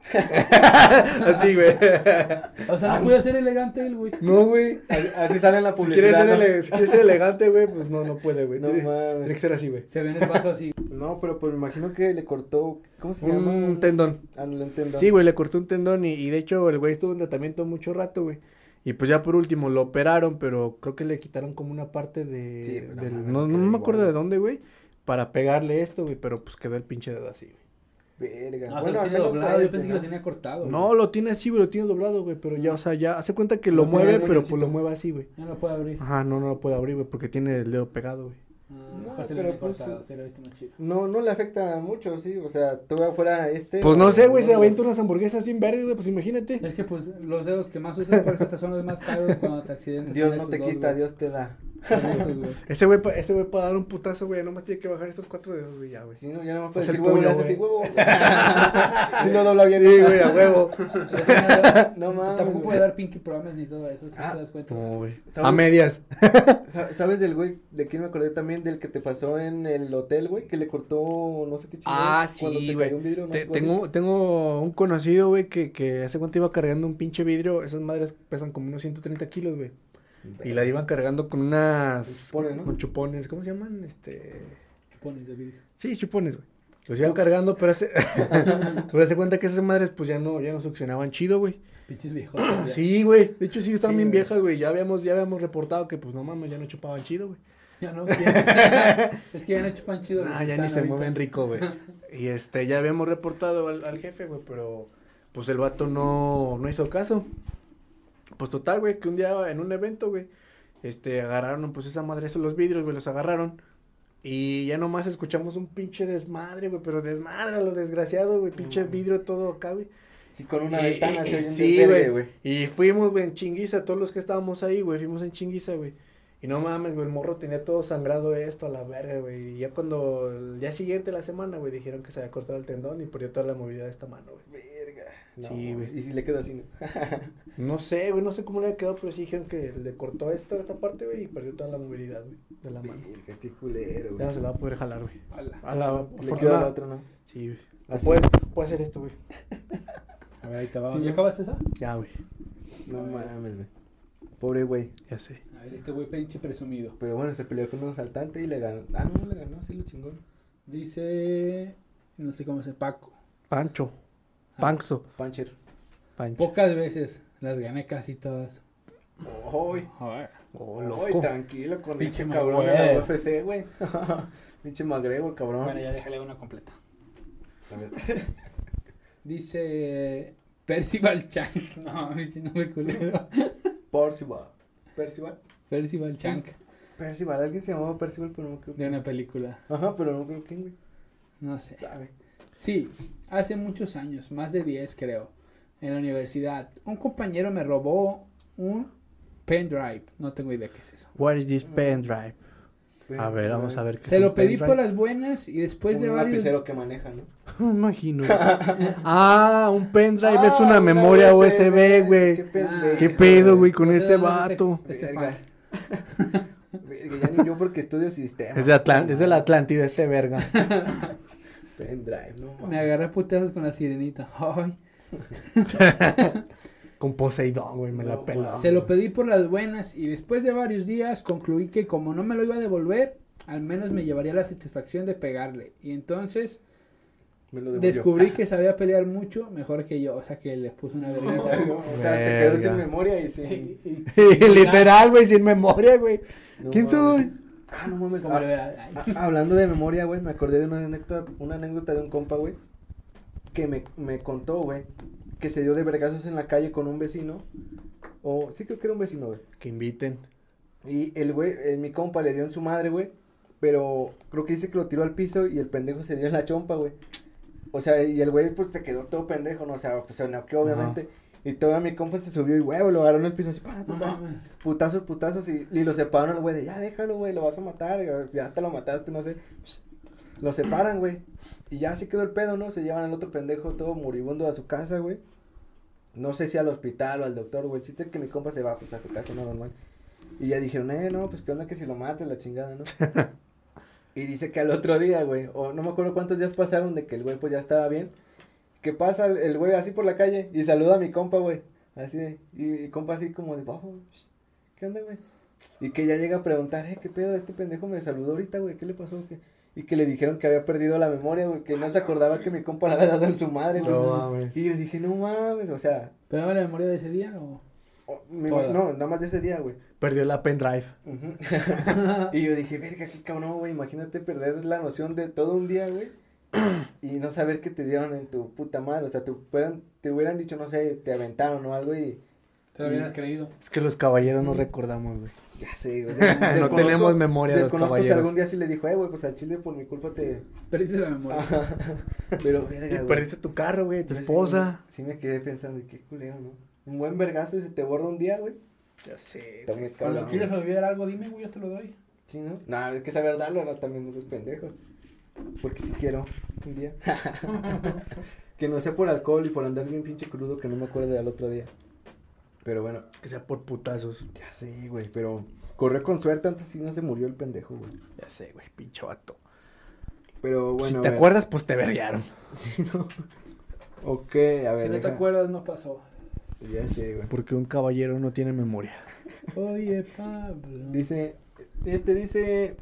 Así, güey. O sea, no puede ser elegante el güey. No, güey. Así, así sale en la Si publicidad. quieres, ser ¿no? ele- si quieres ser elegante, güey, pues no, no puede, güey. No tiene, mames. tiene que ser así, güey. Se ve en el vaso así. No, pero pues me imagino que le cortó. ¿Cómo se llama? Un tendón. Ándale, un tendón. Sí, güey, le cortó un tendón y, y de hecho el güey estuvo en tratamiento mucho rato, güey. Y pues ya por último lo operaron, pero creo que le quitaron como una parte de... Sí, pero no del- mames, no, no queda me igual, acuerdo de güey. dónde, güey, para pegarle esto, güey, pero pues quedó el pinche dedo así, güey. Verga. No, bueno, se al lo tiene menos doblado. fue Yo este, pensé que ¿no? lo tenía cortado. No, güey. lo tiene así, güey, lo tiene doblado, güey, pero ya, o sea, ya hace cuenta que lo Lo tiene mueve, el pero pues muñoncito. lo mueve así, güey. Ya no lo puede abrir. Ajá, no, no lo puede abrir, güey, porque tiene el dedo pegado, güey. Ah, No, mejor se pero lo tiene pues, cortado. eh, Se lo viste más chido. No, no le afecta mucho, sí. O sea, todavía fuera este. Pues o- no sé, güey, se no, avienta unas hamburguesas sin verdes, güey, pues imagínate. Es que pues los dedos que más usas por eso estos son los más caros cuando te accidentas. Dios son no estos te dos, quita, güey. Dios te da. Son estos, güey. Ese güey, pa- ese güey para dar un putazo, güey, nomás tiene que bajar estos cuatro dedos, güey, ya, güey. Si no, ya no me puede Es el decir huevo, puño, le hace así güey. huevo. Si lo dobla bien. Sí, güey, a huevo. No mames. Tampoco güey. puede dar Pinky Promise ni todo eso, si Ah, te das cuenta. No, güey. ¿Sabes? A medias. Sa- ¿Sabes del güey? ¿De quién me acordé también? Del que te pasó en el hotel, güey, que le cortó no sé qué chingado. Ah, cuando sí, te güey. cayó un vidrio, ¿no? Te- Algo así. tengo, tengo un conocido, güey, que, que hace cuánto iba cargando un pinche vidrio. Esas madres pesan como unos ciento treinta kilos, güey. Y la iban cargando con unas... Chupones, ¿no? Con chupones, ¿cómo se llaman? Este... Chupones de vidrio. Sí, chupones, güey. Los iban Sucks. cargando, pero hace... pero hace cuenta que esas madres, pues, ya no, ya no succionaban chido, güey. Pinches viejos. ya. Sí, güey. De hecho, sí, estaban Sí, bien güey. viejas, güey. Ya habíamos, ya habíamos reportado que, pues, no mames, ya no chupaban chido, güey. Ya no, ¿quién? Es que ya no chupan chido. los Ah, que ya ni están se ahorita. mueven rico, güey. Y este, ya habíamos reportado al, al jefe, güey, pero pues el vato no, no hizo caso. Pues total, güey, que un día en un evento, güey, este, agarraron, pues esa madre, esos los vidrios, güey, los agarraron. Y ya nomás escuchamos un pinche desmadre, güey, pero desmadre a lo desgraciado, güey, pinche vidrio todo acá, güey. Sí, con una Y- ventana y- se oye un sí, desvergue, güey. Y fuimos, güey, en chinguiza, todos los que estábamos ahí, güey, fuimos en chinguiza, güey. Y no mames, güey, el morro tenía todo sangrado esto a la verga, güey. Y ya cuando, el día siguiente de la semana, güey, dijeron que se había cortado el tendón y perdió toda la movilidad de esta mano, güey. Verga. No, Sí, güey. Y si le quedó así, ¿no? No sé, güey, no sé cómo le había quedado, pero sí dijeron que le cortó esto, esta parte, güey, y perdió toda la movilidad, güey, de la mano. Verga, qué culero, Ya no güey. se la va a poder jalar, güey. Ala. A la Le quedó afortunada- la otra, ¿no? Sí, güey. Así. Puede, puede hacer esto, güey. A ver, ahí te va. Sí, ¿Ya ¿no? acabaste esa? Ya, güey. No mames, güey. Pobre güey. Ya sé. A ver, este güey pinche presumido. Pero bueno, se peleó con un asaltante y le ganó. Ah, no, le ganó, sí lo chingó. Dice, no sé cómo se Paco. Pancho. Ah. Panxo. Pancher. Pancho. Pocas veces las gané casi todas. Oy. A ver. Oh, Ay, loco. tranquilo con Pinche pinche cabrón de McGregor. la U F C, güey. Pinche McGregor, cabrón. Bueno, ya déjale una completa. A ver. Dice Percival Chank. No, pinche nombre culero. Percival. Percival. Percival Chank. Percival, alguien se llamaba Percival, pero no creo De una película. Ajá, pero no creo quién, güey. No sé. Sabe. Sí, hace muchos años, más de diez creo, en la universidad, un compañero me robó un pendrive. No tengo idea qué es eso. What is this pen drive? A ver, vamos a ver qué Se es lo un pedí pendrive. por las buenas y después Un de varios... lapicero que maneja, ¿no? Me imagino. Ah, un pendrive es Ah, una memoria U S B, Qué güey. pendejo. ¿Qué pedo, güey, con ¿De este dónde es vato? Este, este Verga. fan. Verga, ya ni yo porque estudio sistemas. Es de Atlant es del Atlántida este verga. Pendrive, no mames. Me agarré a putazos con la sirenita. Ay. Con Poseidón, güey, me la No, peló. mames. Se lo pedí por las buenas y después de varios días concluí que como no me lo iba a devolver, al menos me llevaría la satisfacción de pegarle. Y entonces Me lo devolvió. descubrí que sabía pelear mucho mejor que yo. O sea que le puse una vergüenza. No, o sea, te quedó Verga. sin memoria y sin... Y- Sí, literal, güey, sin memoria, güey. No ¿Quién mames. soy? Ah, no mames. como ah, le vea- ay. ah, hablando de memoria, güey, me acordé de una anécdota, una anécdota de un compa, güey, que me, me contó, güey, que se dio de vergazos en la calle con un vecino. O, sí creo que era un vecino, güey. Que inviten. Y el güey, eh, mi compa le dio en su madre, güey. Pero creo que dice que lo tiró al piso y el pendejo se dio en la chompa, güey. O sea, y el güey pues se quedó todo pendejo, ¿no? O sea, pues se noqueó, obviamente. Y todo mi compa se subió y huevo, lo agarró en el piso así, pa, pa, No pa, mames. putazos, putazos. Y, y lo separan al güey de, ya déjalo, güey, lo vas a matar. Ya te lo mataste, no sé. Lo separan, güey. Y ya así quedó el pedo, ¿no? Se llevan al otro pendejo todo moribundo a su casa, güey. No sé si al hospital o al doctor, güey. El chiste es que mi compa se va, pues, a su casa, no normal. Y ya dijeron, eh, no, pues, ¿qué onda que si lo mates, la chingada, no? Y dice que al otro día, güey, o no me acuerdo cuántos días pasaron de que el güey, pues, ya estaba bien. Que pasa el, el güey así por la calle y saluda a mi compa, güey. Así de, y, y compa así como de, oh, ¿qué onda, güey? Y que ya llega a preguntar, eh, ¿qué pedo? Este pendejo me saludó ahorita, güey, ¿qué le pasó? ¿Qué? Y que le dijeron que había perdido la memoria, güey, que no se acordaba que mi compa le había dado en su madre, güey. No mames. Y yo dije, no mames, o sea, ¿Pero la memoria de ese día o...? o- mi- Toda. no, nada más de ese día, güey. Perdió la pendrive. Ujú. Y yo dije, verga, qué cabrón, güey, imagínate perder la noción de todo un día, güey. Y no saber que te dieron en tu puta madre, o sea, te hubieran, te hubieran dicho, no sé, te aventaron o algo y... ¿Te lo hubieras creído? Es que los caballeros no recordamos, güey. Ya sé, güey. No tenemos memoria de los Desconozco si caballeros. algún día sí le dijo, eh, güey, pues al chile por mi culpa te... Perdiste la memoria. Pero, Y verga, güey. perdiste tu carro, güey, tu Yo sí, esposa. Sí, me quedé pensando, y qué culero, ¿no? Un buen vergazo y se te borra un día, güey. Ya sé. Está muy Cuando cabrón, quieres güey. olvidar algo, dime, güey, yo te lo doy. Sí, ¿no? No, es que saber darlo, no, también no sos pendejo. Porque si quiero, un día. Que no sea por alcohol y por andar bien pinche crudo, que no me acuerdo del otro día. Pero bueno, Que sea por putazos. ya sé, güey, pero corrió con suerte, antes sí no se murió el pendejo, güey. Ya sé, güey, pinche vato. Pero bueno, si a te ver. acuerdas, pues te verguearon. Sí, no. Ok, a ver. Si no te deja- acuerdas, no pasó. Ya sé, güey. Porque un caballero no tiene memoria. Oye, Pablo. Dice, este dice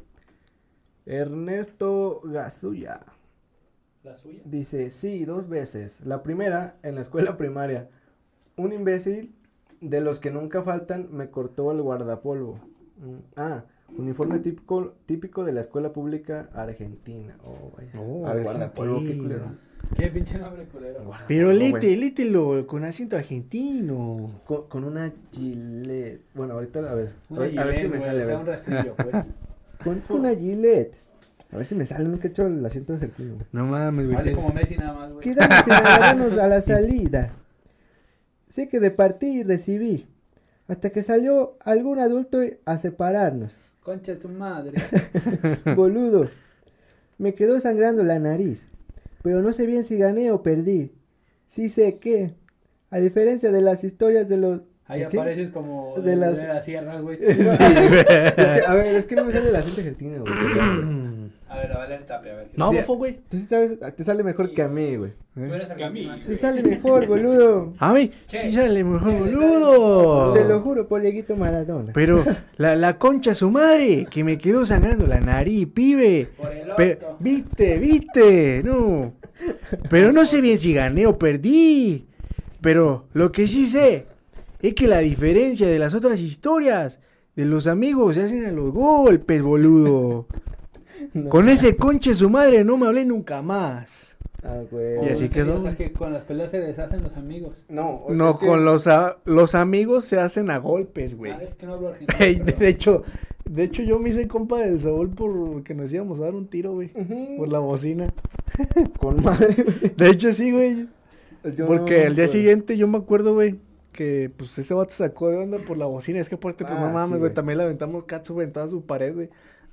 Ernesto Gasulla. ¿La suya? Dice, sí, dos veces. La primera, en la escuela primaria. Un imbécil de los que nunca faltan me cortó el guardapolvo. Mm, Ah, uniforme típico, típico de la escuela pública argentina. Oh, vaya. Oh, Al guardapolvo, qué argentino. culero. Qué pinche nombre culero. Guardapolvo, Pero güey. lete, lételo con acento argentino. Con, con una gilet. Bueno, ahorita, a ver. Una a ver, a ver si Gillette, me güey, sale. o a sea, ver. un rastrillo, pues. Con una gilet. A ver si me sale. Nunca he hecho el acento argentino, güey. No mames, güey. Hace tienes- como Messi nada más, güey. Quedamos en agarrarnos a la salida. Sé que repartí y recibí. Hasta que salió algún adulto a separarnos. Concha de su madre. Boludo. Me quedó sangrando la nariz. Pero no sé bien si gané o perdí. Sí sé que, a diferencia de las historias de los... Ahí ¿de qué? apareces como De de, las- de la sierra, güey. Es que, a ver, es que no me sale el acento argentino, güey. A ver, a ver, tape, a ver. No, Sí. bofo, güey. Tú sí sabes, te sale mejor que a mí, güey. Tú eres argentino Camilo. Te antes. sale mejor, boludo. A mí, Che. sí sale mejor, Che, le boludo. Te lo juro por Dieguito Maradona. Pero la, la concha su madre, que me quedó sangrando la nariz, pibe. Por el Pe- orto. viste, viste, no. Pero no sé bien si gané o perdí. Pero lo que sí sé es que la diferencia de las otras historias de los amigos se hacen a los golpes, boludo. No. Con ese conche su madre no me hablé nunca más. Ah, güey. Y así Oh, quedó, O sea güey. que con las peleas se deshacen los amigos. No, No, es que- con los, a- los amigos se hacen a golpes, güey. Ah, es que no hablo argentino. Ey, perdón. de hecho, de hecho yo me hice compa del Saúl porque nos íbamos a dar un tiro, güey. Ujú. Por la bocina. Con madre, güey. De hecho sí, güey. Yo Porque no, el día pues. siguiente yo me acuerdo, güey, que pues ese vato sacó de onda por la bocina. Es que aparte, pues Ah, no sí, mames, güey, güey. también le aventamos catsu, güey, en toda su pared, güey.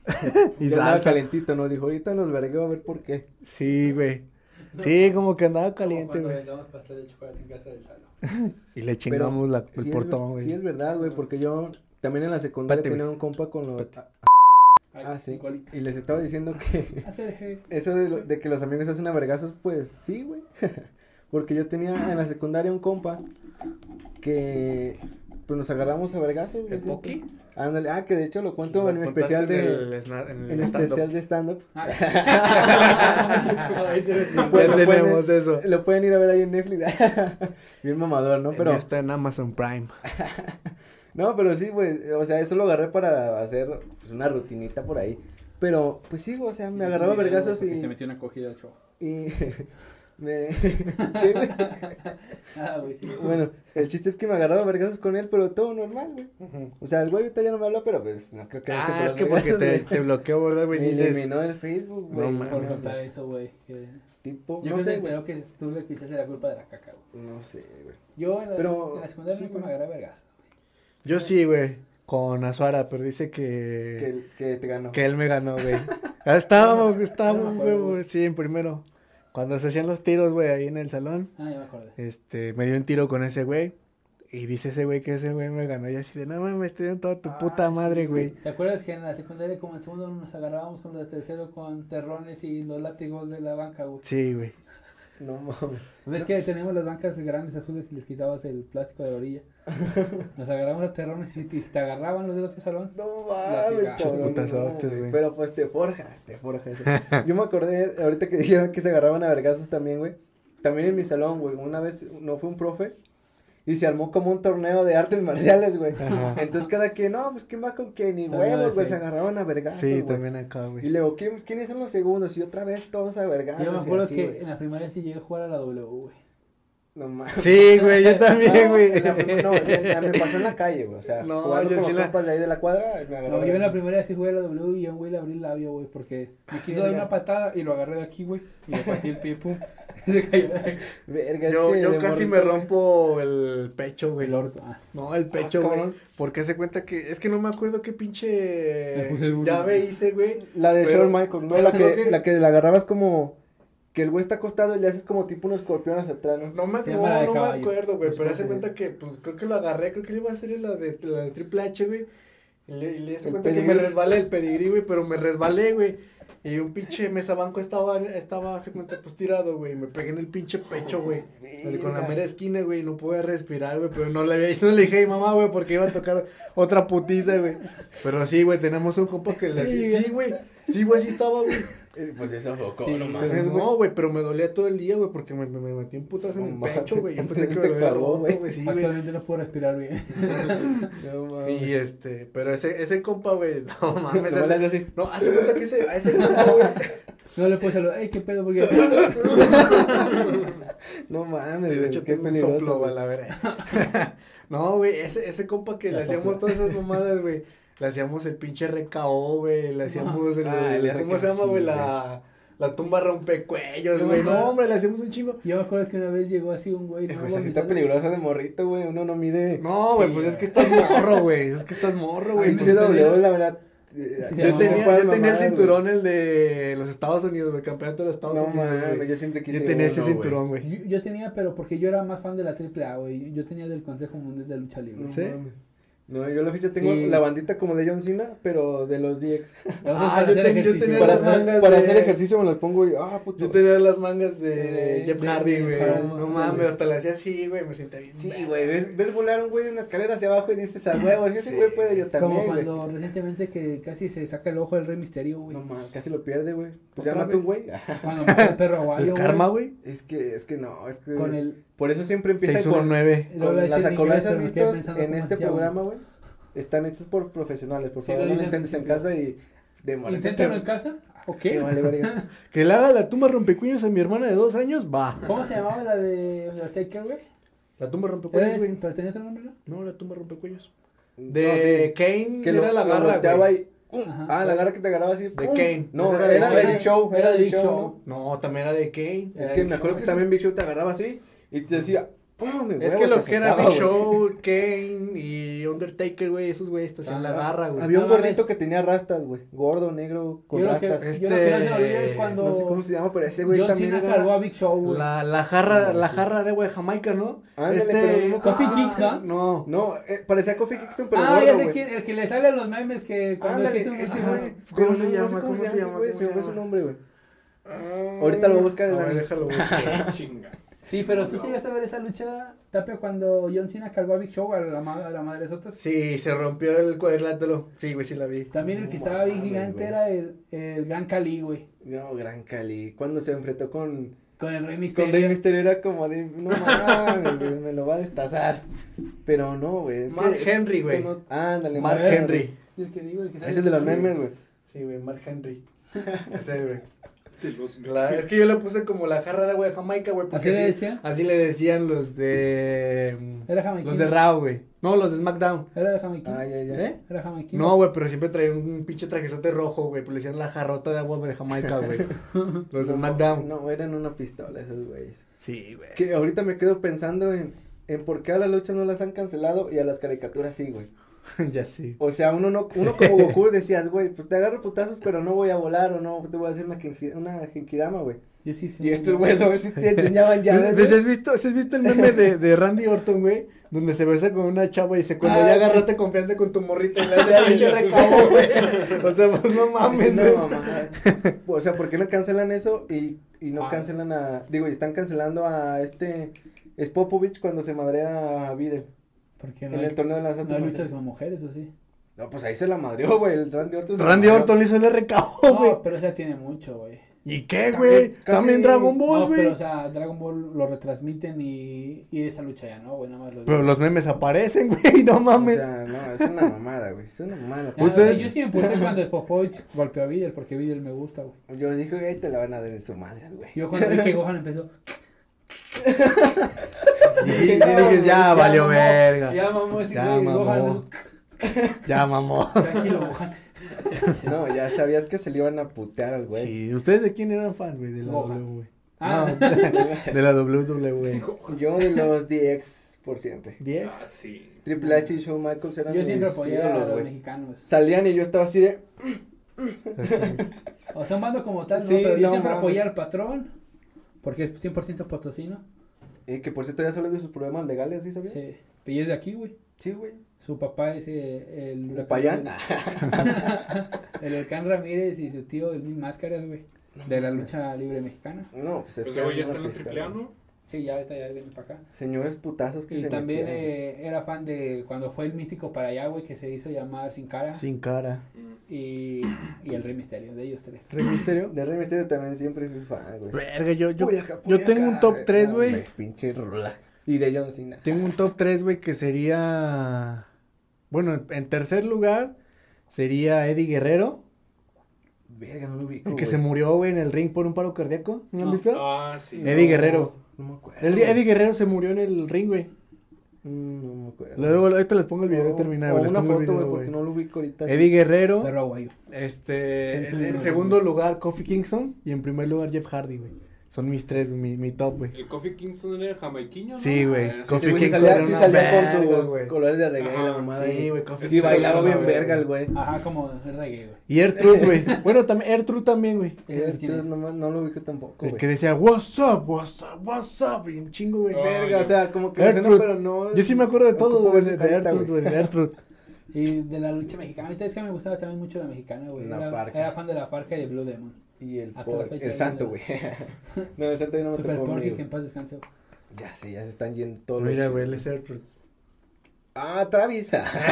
Y Ya andaba salsa. calentito, ¿no? Dijo, ahorita nos vergueo a ver por qué. Sí, güey. Sí, como que andaba caliente, Como güey. cuando vendamos pastel de chocolate en casa del salón. Y le chingamos la, el sí es portón, ver- güey. Sí es verdad, güey, porque yo también en la secundaria Espérate, tenía güey. un compa con los... Espérate. Ay, Ah, sí. Nicolita. Y les estaba diciendo que Hacer G. eso de, lo- de que los amigos hacen a vergazos, pues sí, güey. Porque yo tenía en la secundaria un compa que pues nos agarramos a vergazos, güey. ¿El Poki? siempre. Ándale, ah, que de hecho lo cuento Lo en mi contaste especial en de... el sna- en el En stand-up. especial de stand-up. Ahí te ves. Pues Ya lo pueden- tenemos eso. Lo pueden ir a ver ahí en Netflix. Bien mamador, ¿no? El Pero... mío está en Amazon Prime. No, pero sí, güey, o sea, eso lo agarré para hacer pues, una rutinita por ahí. Pero, pues sí, o sea, me agarraba a vergazos Porque y... te metió una cogida, chavo. y me... ¿Qué, güey? Ah, güey, sí. Bueno, el chiste es que me agarraba a vergazos con él, pero todo normal, güey. O sea, el güey ahorita ya no me habla, pero pues no creo que no sea por Ah, es los que porque vergazos, te, güey. te bloqueó, ¿verdad, güey? Me Dices, eliminó el Facebook, güey. No, Por mames. contar eso, güey. que- Tipo, Yo no creo sé, que güey. creo que tú le quisiste la culpa de la caca, güey. No sé, güey. Yo en la, Pero- en la secundaria sí, nunca me güey. agarré a vergas. yo sí, güey, con Azuara, pero dice Que, que, el- que te ganó. que él me ganó, güey. Ah, Estábamos, No estábamos, me güey, acuerdo, güey, sí, en primero. Cuando se hacían los tiros, güey, ahí en el salón, Ah, ya me acordé. este, me dio un tiro con ese güey. Y dice ese güey que ese güey me ganó. Y así de, no mames, te dieron toda tu Ah, puta sí, madre, güey. güey. ¿Te acuerdas que en la secundaria como en segundo nos agarrábamos con los de tercero con terrones y los látigos de la banca, güey? Sí, güey. No mames. ¿Ves que tenemos las bancas grandes azules y les quitabas el plástico de orilla? Nos agarramos a terrones y, y si te agarraban los del otro salón. No La mames, pegaba. cabrón. Putazotes, no, güey. Pero pues te forja, te forja eso. Yo me acordé, ahorita que dijeron que se agarraban a vergazos también, güey. También en mi salón, güey. Una vez no fue un profe y se armó como un torneo de artes marciales, güey. Ajá. Entonces cada quien, no, pues quién va con quién, y Sabía huevos, güey, decir. se agarraban a vergazos. Sí, güey. también acá, Y güey. luego, ¿quién, ¿quiénes son los segundos? Y otra vez todos a vergazos. Yo me y acuerdo así, que güey. en la primaria sí llegué a jugar a la W, güey. No mames. Sí, güey, yo también, No, güey. en la prim- No, en- me pasó en la calle, güey. O sea, No, jugando yo con sí los la- compas de ahí de la cuadra, me agarraba. No, yo en la primaria sí jugué a la W y a un güey le abrí el labio, güey, porque me quiso dar verga. una patada y lo agarré de aquí, güey, y le partí el pie, pum, se cayó Verga, es Yo, que yo de casi morrito, me güey. rompo el pecho, güey. el orto. Ah. No, el pecho, Ah, güey. cabrón. Porque se cuenta que. Es que no me acuerdo qué Le pinche puse el- llave hice, güey. La de Pero- Shawn Michaels, no, pero la creo que, que- la que la agarrabas como que el güey está acostado y le haces como tipo un escorpión hacia atrás, ¿no? No me, Se no, llama la de no me caballo. acuerdo, güey. Pues Pero creo hace que- cuenta que, pues creo que lo agarré. Creo que le iba a hacer la de, la de Triple H, güey. Y le, y le hace El cuenta que me pedigrí. resbalé el pedigrí, güey. Pero me resbalé, güey. Y un pinche mesabanco estaba, estaba, hace cuenta, pues tirado, güey. Me pegué en el pinche pecho, güey. Con la Verga. mera esquina, güey. No pude respirar, güey. Pero no le, había- no le dije, "Ay, mamá, güey", porque iba a tocar otra putiza, güey. Pero sí, güey, tenemos un compa que le hacía. Sí, güey. Sí, güey, sí estaba, güey. Eh, Pues eso focó, Sí, no sí, mames, güey. No, güey, pero me dolía todo el día, güey, porque me, me, me metí un putazo en No el mames. pecho, güey. Yo pensé que Te me lo había clavó, roto, güey. güey. Sí, güey. Actualmente no puedo respirar bien. No mames. Y este, pero ese, ese compa, güey, no mames. Nomás le ese- haces así. No, hace cuenta que ese, a ese compa, güey. No le puedo saludar, ey, qué pedo, porque... No mames, De güey, hecho, qué tengo un peligroso. soplo, güey. güey, la verdad. No, güey, ese, ese compa que La le hacíamos sopla. todas esas mamadas, güey. Le hacíamos el pinche R K O, güey. Le hacíamos el, Ah, el ¿cómo se R K O, llama, güey? sí, La, la tumba rompecuellos, Yo güey. me No, acuerdo- hombre, le hacíamos un chingo. Yo me acuerdo que una vez llegó así un güey Eh, nuevo. Pues así a mi está salón. peligroso de morrito, güey. Uno no mide. No, güey, Sí, pues es güey. que estás morro, güey. Es que estás morro, güey. Ay, Pinche me W, gustaría- la verdad. eh, Sí, Yo no, tenía, ¿cuál yo tenía el mamada, cinturón, el de los Estados Unidos, güey, campeonato de los Estados güey? No Unidos. güey. mames, yo siempre quise. Yo tenía ese uno, güey. cinturón, güey. Yo, yo tenía, pero porque yo era más fan de la triple A, güey. Yo tenía del Consejo Mundial de Lucha Libre. No ¿Sí? mames. No, yo la ficha tengo Y- la bandita como de John Cena, pero de los D X. Entonces, Ah, para yo hacer ten- yo ejercicio. tenía Para, las mangas para de- hacer ejercicio me los pongo y. Ah, puto. Yo tenía las mangas de De- Jeff de- Hardy, de güey. Hardy, No güey. mames, hasta le hacía así, güey, me sentía bien. Sí, verga. güey, ves, ves volar un güey de una escalera hacia abajo y dices a huevo, si ese Sí. güey puede, yo Como también, güey. cuando recientemente que casi se saca el ojo del Rey Misterio, güey. No mames, casi lo pierde, güey. Pues ya ¿Otra mató un vez? güey. Cuando mató al perro aguayo, El güey. karma, güey. Es que, es que no, es que. Con el... Por eso siempre empieza seis con, uno nueve. Lo con iba a las decir en inglés, acrobacias pero me quedé vistos pensando en cómo este hacía, programa, güey. Están hechos por profesionales, por Sí, favor, lo no lo dicen, intentes en sí. casa y de molesta. Inténtalo en casa, ¿o Te qué? vale verga. Que le haga la tumba rompecuellos a mi hermana de dos años, va. ¿Cómo se llamaba la de Undertaker, güey? La tumba rompecuellos, ¿Era- güey. ¿Pero tenía otro nombre, no? No, la tumba rompecuellos. No, De sí. Kane Que lo, era la lo garra, volteaba güey. y. ¡pum! Ajá. Ah, la garra que te agarraba así. De ¡pum! Kane. No, Esa era, era de de Kane. Big Show. Era de Big Show. ¿no? No, también era de Kane. Es que me acuerdo que también Big Show te agarraba así y te decía, ¡pum! Mi Es huevo, que lo te que era azotaba, Big güey. Show, Kane y Undertaker, güey, esos güeyes te hacían la Ah, garra, güey. Había un No mames. gordito que tenía rastas, güey. Gordo, negro, con Yo lo, que, rastas. yo lo que no se me olvida es Este, cuando No sé cómo se llama, pero ese güey John también Cena era... cargó a Big Show, güey. La, la jarra, No, la sí. jarra de agua de Jamaica, ¿no? Ándale, pero no me Kofi acuerdo. Kingston, ¿no? No. No, eh, parecía Kofi Kingston, pero ah, gordo, ya sé güey. quién, el que le sale a los memes que cuando Ándale, existe un... ese Ajá. güey. ¿Cómo Pero se no- no llama? sé ¿Cómo se ese llama? güey, ¿Cómo se se me fue su llama? nombre, güey. Ah, Ahorita lo voy a buscar, a ver, Dani. déjalo buscar. Chinga. Sí, pero tú llegaste a ver esa lucha, Tapia, cuando John Cena cargó a Big Show a la, ma- a la madre sotas. Sí, se rompió el cuadrilátero. Sí, güey, sí la vi. También el que No estaba bien mames, gigante güey. era el, el Gran Cali, güey. No, Gran Cali. Cuando se enfrentó con... Con el Rey Con Mysterio. Rey Mysterio era como de... No mames, güey, me lo va a destazar. Pero no, güey. es que Mark es- Henry, güey. eso no- Ándale, Mark Mark Henry. El que digo, el que sale Es el de los sí. memes, güey. Sí, güey, Mark Henry. Ese, güey. De los La- es que yo le puse como la jarra de agua de Jamaica, güey. porque ¿Así le decían? Así le decían los de. Era jamaiquino. Los de Raw, güey. No, los de SmackDown. Era de jamaiquino. Ah, ya, ya. ¿Eh? Era jamaiquino. No, güey, pero siempre traían un pinche trajezote rojo, güey. Pues le decían la jarrota de agua de Jamaica, güey. Los de No, SmackDown. No, eran una pistola esos güeyes. Sí, güey. Que ahorita me quedo pensando en, en por qué a las luchas no las han cancelado y a las caricaturas sí, güey. Ya sí. O sea, uno no, uno como Goku decías, güey, pues te agarro putazos, pero no voy a volar o no te voy a hacer una, genki- una genkidama, güey. Yo sí, sí. Y estos güeyes a ver si te enseñaban llaves, ¿Has güey. visto, ¿sí has visto el meme de, de Randy Orton, güey? Donde se besa con una chava y dice, cuando Ah, ya sí. agarraste confianza con tu morrita y le hace el pinche recabo, güey. O sea, pues no mames, No, güey. mamá. O sea, ¿por qué no cancelan eso y, y no Ah. cancelan a, digo, y están cancelando a este Spopovich cuando se madrea a Videl Porque no en hay, el torneo de las no otras hay luchas con mujeres, ¿o sí? No, pues ahí se la madreó, güey, el Randy Orton. se la Randy madreó. Orton le hizo el recabo, güey. No, pero esa tiene mucho, güey. ¿Y qué, También, güey? casi- También Dragon Ball, No, güey. pero o sea, Dragon Ball lo retransmiten y, y esa lucha ya, ¿no? Güey, nada más lo Pero los memes aparecen, güey, no mames. O sea, no, es una mamada, güey, es una mamada. Ya, o sea, ustedes- yo sí me emputé cuando Spopovich golpeó a Videl, porque Videl me gusta, güey. Yo dije, ahí te la van a dar en su madre, güey. Yo cuando vi que Gohan empezó... Y, y dije, ya valió mamó, verga. Ya mamó ese Ya güey, mamó. Gohan. Ya mamó. Tranquilo, Gohan. No, ya sabías que se le iban a putear al güey. Sí, ¿ustedes de quién eran fans, güey? De la Gohan. W, güey. Ah. No, de la W W. Yo de los D X por siempre. ¿diez? Ah, sí. Triple H y Shawn Michaels eran Yo siempre mis apoyé a ídolos, los güey. mexicanos. Salían y yo estaba así de... O sea, un bando como tal, no, Sí, pero yo no siempre mames. apoyé al patrón, porque es cien por ciento potosino. Y que por cierto ya sale de sus problemas legales, ¿sí sabías? Sí. Y es de aquí, güey. Sí, güey. Su papá es eh, el... ¿El Payán? El Huracán Ramírez y su tío, el Mil Máscaras, güey. De la lucha libre mexicana. No, pues es Pues que luego ya era está en la una triple A, fiesta, ¿no? Sí, ya ahorita ya viene para acá. Señores putazos que Y se también metían. eh, era fan de cuando fue el místico para allá, güey, que se hizo llamar Sin Cara. Sin cara. Mm. Y, y el Rey Misterio, de ellos tres. ¿Rey Misterio? De Rey Mysterio también siempre fui fan, güey. Verga, yo, yo, Uy, acá, yo uy, tengo acá. un top tres, No, güey. hombre, Pinche rola. Y de John Cena. Tengo un top tres, güey, que sería... Bueno, en- en tercer lugar sería Eddie Guerrero. Verga, no lo ubico, El que güey. se murió, güey, en el ring por un paro cardíaco. ¿No lo han No. visto? Ah, sí. Eddie Guerrero. No me acuerdo. El, Eddie Guerrero se murió en el ring, güey. Mm, No me acuerdo. Luego, ahorita les pongo el video de O- terminar, o güey. les una pongo el foto, video, güey, porque güey. no lo ubico ahorita. Eddie Guerrero. Perro aguayo. Este, ¿Quién en, se murió? en segundo lugar, Kofi Kingston. Y en primer lugar, Jeff Hardy, güey. Son mis tres, mi, mi top, güey. El Kofi Kingston era jamaiquino, ¿no? Sí, güey. Ah, Kofi Sí, güey, sí Kingston salía, era sí una salía con verga, sus güey. colores de reggae y la Ajá, mamada. sí, ahí. güey, Kofi Y Kingston bailaba era bien una verga el güey. Ajá, como el reggae, güey. Y Ertruth, güey. Bueno, también, Ertruth también, güey. ¿Quién Yo es? no, no lo ubico tampoco, El güey. que decía, what's up, what's up, what's up. Y un chingo, güey. Oh, Verga, yo- o sea, como que Ertruth. me suena, pero no. Yo sí me acuerdo de todo, ocupo güey. ver De su carita, Ertruth, güey. De Ertruth. Y de la lucha mexicana. Ahorita es que me gustaba también mucho la mexicana, güey. La Era, Parca. era fan de la Parca y de Blue Demon. Y el, Hasta por- la fecha el ahí santo, anda. güey. No, el santo ya no me Super tocó Porky, conmigo. que en paz descanse. güey. Ya sé, ya se están yendo todos los Mira, chidos. güey, él es Ertruth. Ah, Travis.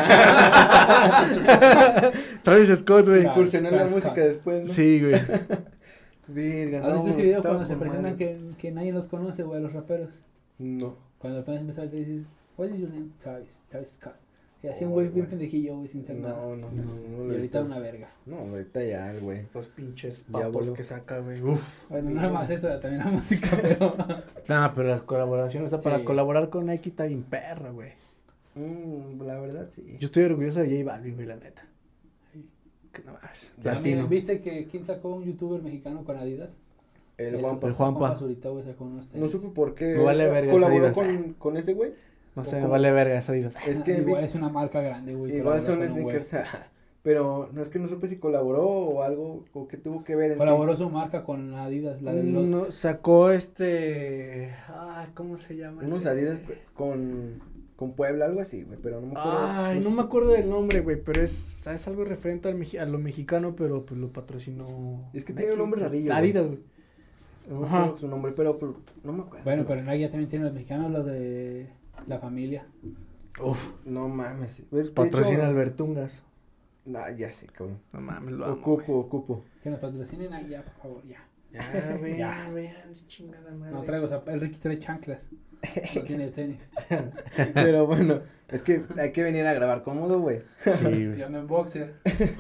Travis Scott, güey. Claro. Incursionó en la Travis música Scott. después, ¿no? Sí, güey. Virga, ¿Has visto no, ese video estaba cuando se con presentan madre. que, que nadie los conoce, güey, los raperos? No. Cuando apenas empezaba a decir, what is your name? Travis, Travis Scott. Y así un Oh, güey bien güey. pendejillo, güey, sin ser nada. No, no, no. no Y lo he ahorita visto. una verga. No, ahorita ya, el güey. Los pinches Ya papos voló. que saca, güey. Uf. Bueno, no nada más eso, también la música, pero... Nah, pero las colaboraciones, o sea, para Sí. colaborar con Nike está bien perra, güey. Mm, la verdad, sí. Yo estoy orgulloso de J Balvin, güey, la neta. Que no más. También, Latino. ¿viste que quién sacó un youtuber mexicano con Adidas? El Juanpa. El Juanpa. Zurita, güey, sacó unos tenis. No supe por qué. Me vale verga, ¿Colaboró Adidas. con, con ese güey? No sé, ¿O me cómo? vale verga esa Adidas. Es que Igual vi- es una marca grande, güey. igual colaboró son con un güey. sneakers. Pero no es que no supe si colaboró o algo o que tuvo que ver en Colaboró sí. su marca con Adidas, la de los... No, sacó este. Ah, ¿cómo se llama? Unos ese? Adidas con, con Puebla, algo así, güey, pero no me acuerdo. Ay, no me acuerdo del nombre, güey, pero es, es algo referente al, meji- a lo mexicano, pero pues lo patrocinó. Es que tiene un nombre rarillo, güey. Adidas, güey. No me Ajá. acuerdo su nombre, pero, pero no me acuerdo. Bueno, pero en Nike ya también tienen los mexicanos, los de la familia. Uf, No mames. Pues, de patrocina hecho- Albertungas. Nah, ya sé, cabrón. No mames, lo amo. Ocupo, güey. ocupo. Que nos patrocinen ahí ya, por favor, ya. Ya, vean, Ya. vean, chingada madre. No traigo, zap- el Ricky trae chanclas. No tiene tenis. Pero bueno, es que hay que venir a grabar cómodo, güey. Sí, güey. Yo ando en boxer.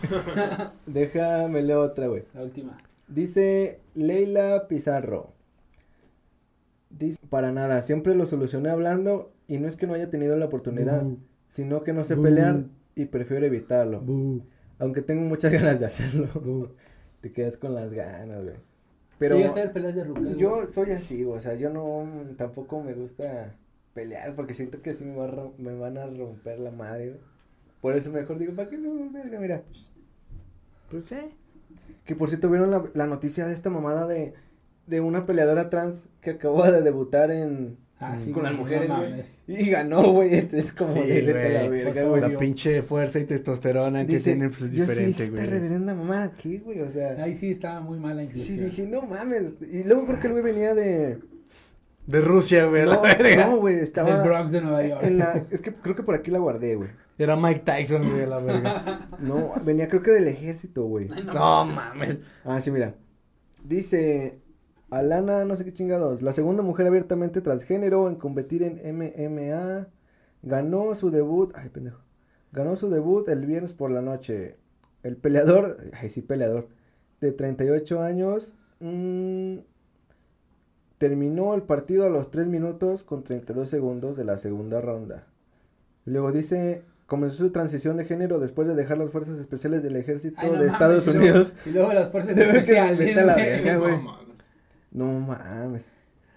Déjame leer otra, güey. La última. Dice Leila Pizarro. Dice, para nada, siempre lo solucioné hablando y no es que no haya tenido la oportunidad, Bu. sino que no sé Bu. pelear y prefiero evitarlo. Bu. Aunque tengo muchas ganas de hacerlo. Bu. Te quedas con las ganas, güey. Pero Pero... Sí, hacer peleas de rucas. yo soy así, güey, o sea, yo no, tampoco me gusta pelear porque siento que así me, va a rom- me van a romper la madre, güey. Por eso mejor digo, ¿para qué no, verga? Mira. Pues sí. Que por cierto, ¿vieron la, la noticia de esta mamada de, de una peleadora trans que acabó de debutar en... Ah, sí, con las güey, mujeres, no güey? mames. Y ganó, güey, entonces como Sí, de vete a la güey, verga, pues, güey. La obvio. pinche fuerza y testosterona que Dice, tiene, pues es yo sí dije, diferente, esta güey. reverenda mamada aquí, güey, o sea... Ahí sí estaba muy mala Sí, inclusión. dije, no mames. Y luego creo que el güey venía de... De Rusia, güey, a la No, verga. no, güey, estaba... Del Bronx de Nueva York. En la... Es que creo que por aquí la guardé, güey. Era Mike Tyson, güey, a la verga. No, venía creo que del ejército, güey. No mames. Ah, sí, mira. Dice Alana, no sé qué chingados. La segunda mujer abiertamente transgénero en competir en M M A. Ganó su debut. Ay, pendejo. Ganó su debut el viernes por la noche. El peleador. Ay, sí, peleador. De treinta y ocho años. mm, terminó el partido a los tres minutos con treinta y dos segundos de la segunda ronda. Luego dice. Comenzó su transición de género después de dejar las fuerzas especiales del ejército Ay, no de mames, Estados y luego- Unidos. Y luego las fuerzas Se ve que especiales. vete a la güey. verga, güey. No mames. No mames.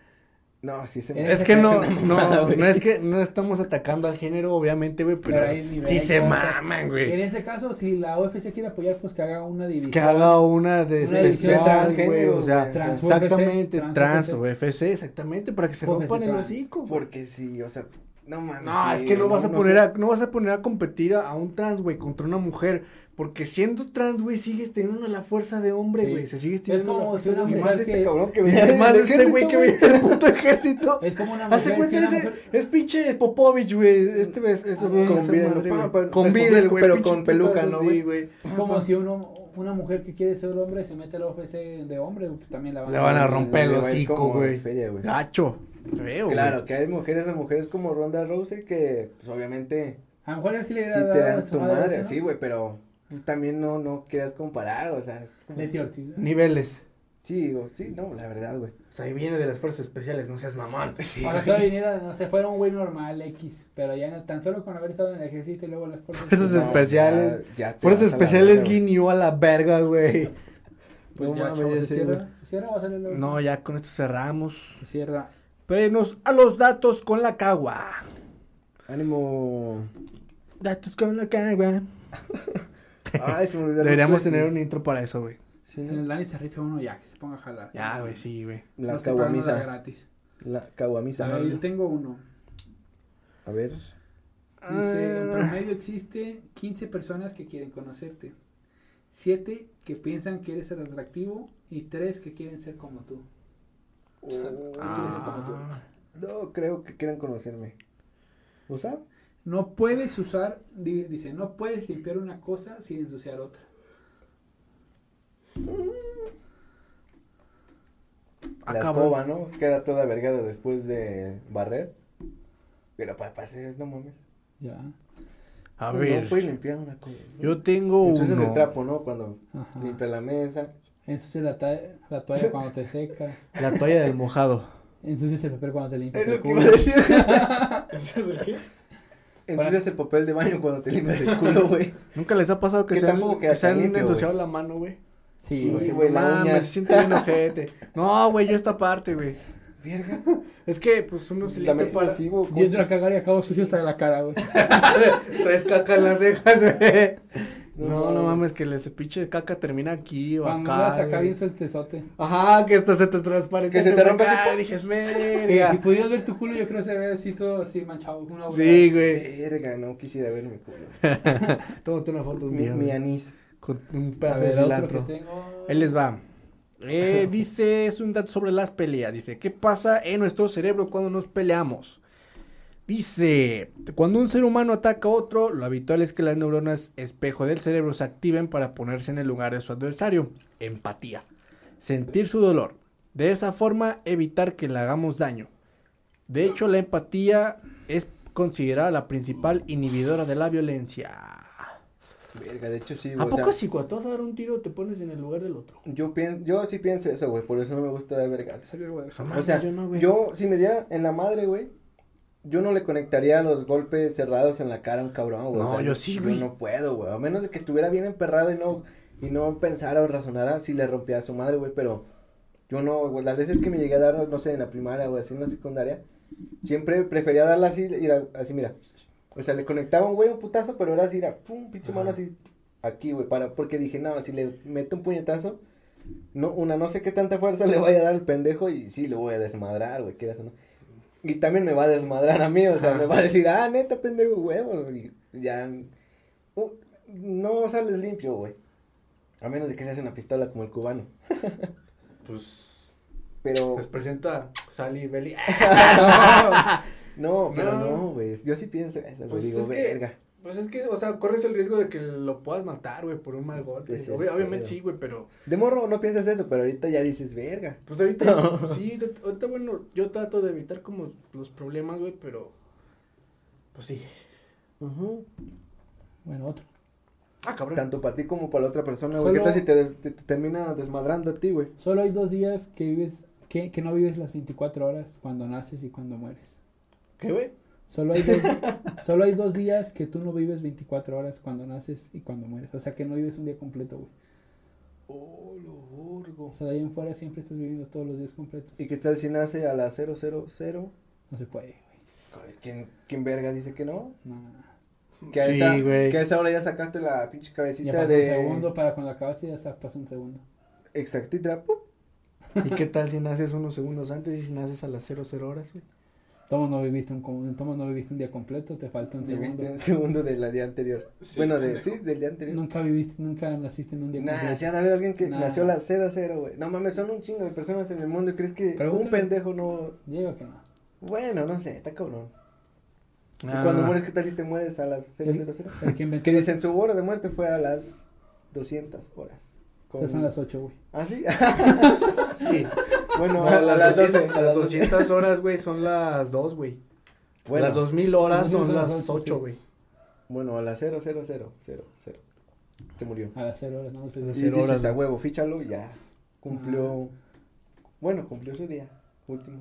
No, sí se Eh, Es que no, es una mamada, no, güey. no es que no estamos atacando al género, obviamente, güey, pero, Pero hay nivel, sí hay se cosas. maman, En güey. este caso, si la U F C quiere apoyar, pues que haga una división. Que haga una de Una edición especial, transgénero, güey, o sea, güey. Trans exactamente, U F C, trans trans o F C, exactamente, para que se U F C rompan el trans. hocico. güey. Porque sí, o sea, no mames. No, sí, es que no vas a no poner sé. a, no vas a poner a competir a, a un trans, güey, contra una mujer, porque siendo trans, güey, sigues teniendo la fuerza de hombre, Sí. güey, se sigues Es teniendo como la fuerza si de una Y hombre. mujer más este que- cabrón que Y venía del más este ejército, güey que güey. viene del puto ejército. Es como una Hace mujer, cuenta, si una ese- mujer- es pinche Popovich, güey, este es, es Ah, Con esa Videl, madre, pa, güey. pa, Con pa, Videl, güey, pero pinches con peluca, putazos, ¿no, sí, güey? güey. Es como si uno, una mujer que quiere ser hombre se mete a la U F C de hombre, pues también la van Le van a Le romper el va a ir hocico, como güey. feria, güey. Gacho. Feo, Claro, güey. que hay mujeres a mujeres como Ronda Rousey que, pues, obviamente, A lo mejor es que le sí hubiera te dado dan su tu madre, madre, ¿no? sí, güey, pero pues, también no, no quieras comparar, o sea, es como- Leti Ortiz. Niveles. sí, digo, sí, no, la verdad, güey. O sea, ahí viene de las fuerzas especiales, no seas mamón. Sí, O sea, todavía viniera, no sé, fuera un güey normal, X, pero ya no, tan solo con haber estado en el ejército y luego las fuerzas Fuerzas No, especiales. ya- ya te Fuerzas vas a la especiales verga, güey. guiñó a la verga, güey. Pues No ya, mames, chavos, ya se sé, cierra, güey. se cierra, va a salir luego. No, ya con esto cerramos. Se cierra. Venos a los datos con la cagua. Ánimo. Datos con la cagua. Ay, se me olvidó. el Deberíamos otro, tener sí. un intro para eso, güey. Sí, El Dani se rifa uno ya, que se ponga a jalar. Ya, güey, sí, güey. la No estoy pagando la caguamisa. gratis. La caguamisa. A ver, yo tengo uno. A ver. Dice, Ah. en promedio existe quince personas que quieren conocerte. siete que piensan que eres atractivo y tres que quieren ser como tú. Ah. No creo que quieran conocerme. ¿O sea? No puedes usar, di- dice, no puedes limpiar una cosa sin ensuciar otra. Ah, La cabrón. escoba, ¿no? Queda toda vergada después de barrer. Pero para pasar, no mames. Ya. A No, ver, No puedes limpiar una cosa. ¿no? yo tengo Ensucias uno. el trapo, ¿no? Cuando Ajá. limpias la mesa. Ensucias la, ta- la toalla cuando te secas. La toalla del mojado. Ensucias el papel cuando te limpias Es el lo que culo. iba a decir. ¿Entonces qué? Ensucias el papel de baño cuando te limpias el culo, güey. ¿Nunca les ha pasado que Que se han, tampoco que queda se tan han limpio, ensuciado la mano, güey? Sí, güey, güey, no la mames, uña. se siente bien ojete. No, güey, yo esta parte, güey. Verga. Es que, pues, uno se La limpia metes para... así, güey. Yo entro a cagar y acabo sucio hasta de la cara, güey. Traes caca en las cejas, güey. No, No, no mames. mames, que ese pinche caca termina aquí o Cuando acá. andas acá güey. bien sueltezote. Ajá, que esto se te transparente. Que se te rompa acá, así, ¡pum! dijes, Que verga. si pudieras ver tu culo, yo creo que se ve así todo así manchado. Una bola. Sí, güey. Verga, no quisiera ver mi culo. Tómate una foto un Mi, día, mi güey, anís. con un A pedazo de ver, otro cilantro. que tengo. Ahí les va. Eh, dice, es un dato sobre las peleas. Dice, ¿qué pasa en nuestro cerebro cuando nos peleamos? Dice, cuando un ser humano ataca a otro, lo habitual es que las neuronas espejo del cerebro se activen para ponerse en el lugar de su adversario. Empatía. Sentir su dolor. De esa forma, evitar que le hagamos daño. De hecho, la empatía es considerada la principal inhibidora de la violencia. Verga, de hecho sí, ¿A güey. o poco sea, si cuando te vas a dar un tiro te pones en el lugar del otro? Yo, pienso, yo sí pienso eso, güey. Por eso no me gusta dar vergas. Jamás, O sea, yo no, güey. yo, si me diera en la madre, güey, yo no le conectaría los golpes cerrados en la cara a un cabrón, güey. No, o sea, yo sí, güey. Yo no puedo, güey. A menos de que estuviera bien emperrado y no, y no pensara o razonara, sí le rompía a su madre, güey. Pero yo no, güey. Las veces que me llegué a dar, no sé, en la primaria o así en la secundaria, siempre prefería darla así, ir a- así, mira. O sea, le conectaba un güey un putazo, pero era así, era pum, pinche mano así, aquí, güey. Para, porque dije, no, si le meto un puñetazo, no, una, no sé qué tanta fuerza le vaya a dar al pendejo y sí lo voy a desmadrar, güey, quieras o no. Y también me va a desmadrar a mí, o sea, Ajá. me va a decir, ah, neta, pendejo, huevos, y ya, uh, no sales limpio, güey. A menos de que seas una pistola como el cubano. Pues Pero, les presenta Sally y Belly. no, pero No. no, güey, yo sí pienso eso, güey, Pues digo, es que- verga. Pues es que, o sea, corres el riesgo de que lo puedas matar, güey, por un mal golpe. Pues sí, Obvi- obviamente pero- sí, güey, pero... De morro no piensas eso, pero ahorita ya dices, verga. Pues ahorita, sí, de- ahorita, bueno, yo trato de evitar como los problemas, güey, pero... Pues sí. Ujú. Bueno, otro. Ah, cabrón. Tanto para ti como para la otra persona, güey. ¿Qué Solo- tal si te, des- te- te termina desmadrando a ti, güey? Solo hay dos días que vives, que, que no vives las veinticuatro horas, cuando naces y cuando mueres. ¿Qué, güey? Solo hay, dos, solo hay dos días que tú no vives veinticuatro horas, cuando naces y cuando mueres. O sea, que no vives un día completo, güey. Oh, lo burgo. O sea, de ahí en fuera siempre estás viviendo todos los días completos. ¿Y qué tal si nace a las cero cero cero? No se puede, güey. ¿Quién, quién verga dice que no? No. Que a, Sí, esa, güey. que a esa hora ya sacaste la pinche Ya cabecita pasó de... un segundo, para cuando acabaste ya se pasó un segundo. Exactita, ¡pum! ¿Y qué tal si naces unos segundos antes y si naces a las cero cero horas, güey? Tomo no viviste un, com- tomo no viviste un día completo, te falta un segundo. Viviste un segundo de la día anterior. Sí, bueno, de, pendejo. sí, del día anterior. Nunca viviste, nunca naciste en un día Nah, completo. si ha de haber alguien que Nah. nació a las cero cero, güey. No mames, son un chingo de personas en el mundo. ¿Crees que un Pregúntale. pendejo no...? Digo que no. Bueno, no sé, está cabrón. Y Ah, cuando mueres, ¿qué tal si te mueres a las cero cero cero? Pero ¿quién inventó? Que dicen su hora de muerte fue a las doscientas horas. Con- Esas son las ocho, güey. ¿Ah, sí? Sí. Bueno, No, a, a las doce. doscientas, a las doscientas horas, güey, son las dos, güey. Bueno, Las dos mil horas Las dos son mil son las las ocho, ocho, sí. güey. bueno, a las cero cero cero cero cero. Se murió. A las cero horas, no sé. Y cero dices, horas, a güey. huevo, fíchalo y ya. Cumplió... Ah. Bueno, cumplió su día. Último.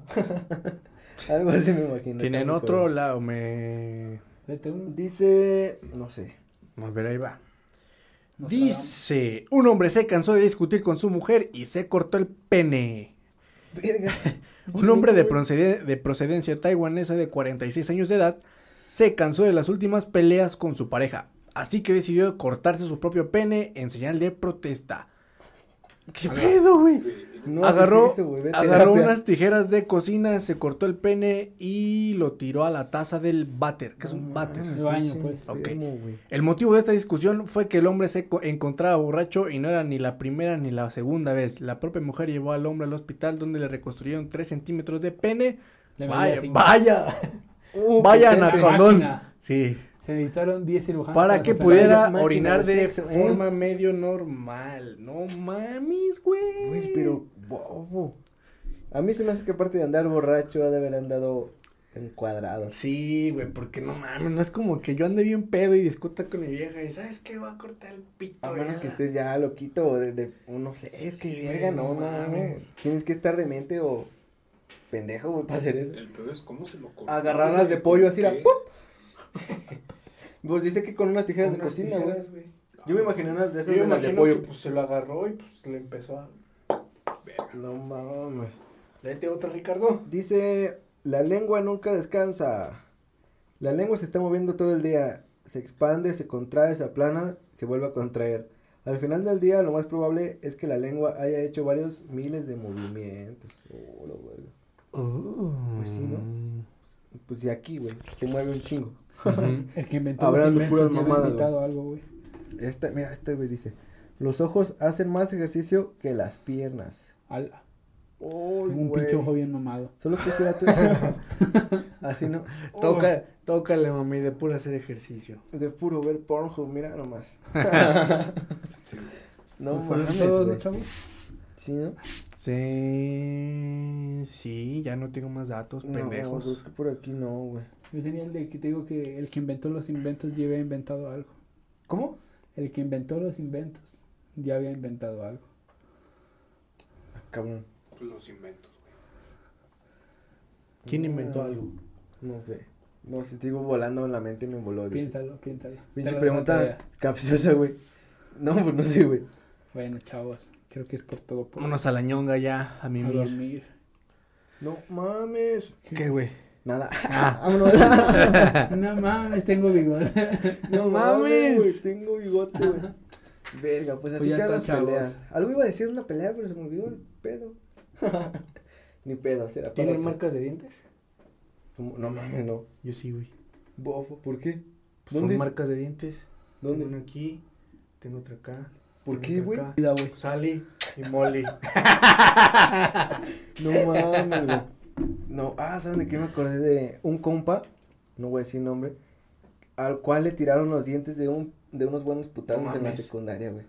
Algo así me imagino. Tienen Está muy otro cabrón. lado, me... Vete uno. Dice... No sé. A ver, ahí va. Nos Dice, un hombre se cansó de discutir con su mujer y se cortó el pene. Verga. Un hombre de, proceden- de procedencia taiwanesa de cuarenta y seis años de edad se cansó de las últimas peleas con su pareja, así que decidió cortarse su propio pene en señal de protesta. ¿Qué pedo, güey? No agarró haces eso, güey, ve a agarró terapia. unas tijeras de cocina, se cortó el pene y lo tiró a la taza del váter, que es un váter. El baño, pues. Ok. Enfermo, güey. El motivo de esta discusión fue que el hombre se co- encontraba borracho y no era ni la primera ni la segunda vez. La propia mujer llevó al hombre al hospital donde le reconstruyeron tres centímetros de pene. Le medía Vaya, cinco. vaya, Uh, vaya qué Esta anacondón. máquina. Sí, Se necesitaron diez cirujanos. para que sostener- pudiera máquina orinar de de sexo, ¿eh? forma medio normal. No mames, güey. Güey, pero... bobo. A mí se me hace que aparte de andar borracho, ha de haber andado encuadrado. Sí, güey, porque no mames, no es como que yo ande bien pedo y discuta con mi vieja y ¿sabes qué? Va a cortar el pito. A menos ya". que estés ya loquito o de, de- o no sé, Sí, es que güey, verga, no, no no, mames. no. Tienes que estar demente o pendejo, güey, para hacer eso. El peor es cómo se lo cortó. Agarrarlas de güey, pollo ¿por así, la qué? ¡pum! Pues dice que con unas tijeras de Unas cocina, güey. tijeras, güey. Yo me imaginé unas de esas Yo de me las de imagino pollo. que pues se lo agarró y pues le empezó a... No mames. Léete otra, Ricardo. Dice, la lengua nunca descansa. La lengua se está moviendo todo el día. Se expande, se contrae, se aplana, se vuelve a contraer. Al final del día, lo más probable es que la lengua haya hecho varios miles de movimientos. Oh, la verga. Pues sí, ¿no? Pues de aquí, güey, se mueve un chingo. El que inventó Hablando los puras inventos ya había mamadas, inventado algo, güey. Esta, mira, este güey dice, los ojos hacen más ejercicio que las piernas. Ala. Oh, Tengo un güey. pinche ojo bien mamado. Solo que este dato... Así no. Toca, tócale, mami, de puro hacer ejercicio. Oh, de puro ver Pornhub, mira nomás. No ¿No fueron mames, todos, no, güey. chavos? Sí, ¿no? Sí, sí, ya no tengo más datos, No, pendejos. creo que por aquí no, güey. Yo tenía el de que te digo que el que inventó los inventos ya había inventado algo. ¿Cómo? El que inventó los inventos ya había inventado algo. Cabrón. Pues los inventos, güey. ¿Quién inventó No, algo? No sé. No sé, sigo volando en la mente y me voló. dije. Piénsalo, piénsalo. Pinche Te lo pregunta dejo tarea. capciosa, güey. No, pues no sé, güey. Bueno, chavos, creo que es por todo. Por Vámonos a la ñonga ya, a a mimir. dormir. No mames. ¿Qué, güey? Nada. Ah. Vámonos. No mames, tengo bigote. No mames. güey. Tengo bigote, güey. Verga, pues así Pues ya quedan las está, chavos. peleas. Algo iba a decir una pelea, pero se me olvidó el pedo. Ni pedo, será ¿Tienen para- marcas de dientes? ¿Cómo? No mames, no. Yo sí, güey. Bofo, ¿por qué? Pues ¿Dónde? son marcas de dientes. ¿Dónde? Tengo una aquí, tengo otra acá. ¿Por tengo qué, otra güey? acá. Cuida, güey. Sally y Molly. No mames, güey. No, ah, ¿saben de qué me acordé? De un compa, no voy a decir nombre, al cual le tiraron los dientes de un de unos buenos putazos No en la mames. secundaria, güey.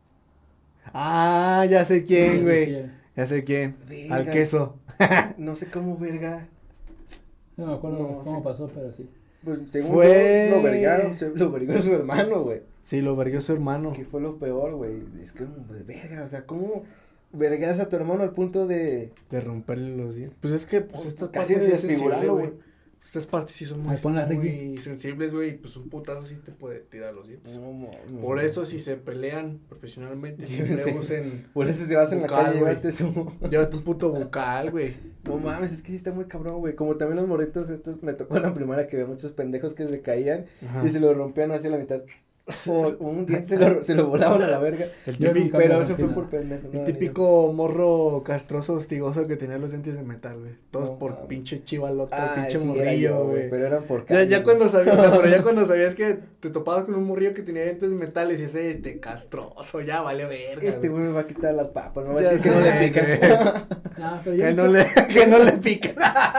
Ah, ya sé quién, güey. ¿Quién? Ya sé quién. Verga. Al queso. No sé cómo, verga. No me acuerdo No, cómo sí. pasó, pero sí. Pues según Fue- yo, lo vergaron, se- lo vergó su hermano, güey. Sí, lo verguió su hermano. Que fue lo peor, güey. Es que, de verga, o sea, ¿cómo vergas a tu hermano al punto de... De romperle los dientes. Pues es que, pues estas Casi partes de sí es sensible, desfigurarlo, güey. güey. Estas partes sí son muy, Ahí ponla, muy Ricky. sensibles, güey. Y pues un putazo sí te puede tirar los dientes. No, mames. Por eso, si se pelean profesionalmente, Sí, siempre sí. usen... Por eso si vas en la Bucal, calle, güey. llévate su... Llévate un puto bucal, güey. No mames, es que sí está muy cabrón, güey. Como también los morritos, estos me tocó en la primaria que había muchos pendejos que se caían y se lo rompían hacia la mitad. O un diente se lo, se lo volaban a la verga. El Yo típico, nunca Pero me eso rompí fue nada. por pendejo. el no, típico morro castroso, hostigoso que tenía los dientes de metal, güey. Todos No por mames. pinche chivalota, Ah, pinche sí, era morrillo, yo, güey. Pero eran por Ya, calle, ya güey. cuando sabías, o sea, pero ya cuando sabías que te topabas con un morrillo que tenía dientes de metal y decías, este castroso, ya vale verga. Este güey me va a quitar las papas, me va a Ya decir que no le sé, pican. No, pero yo Que no nunca- le, que no le pica.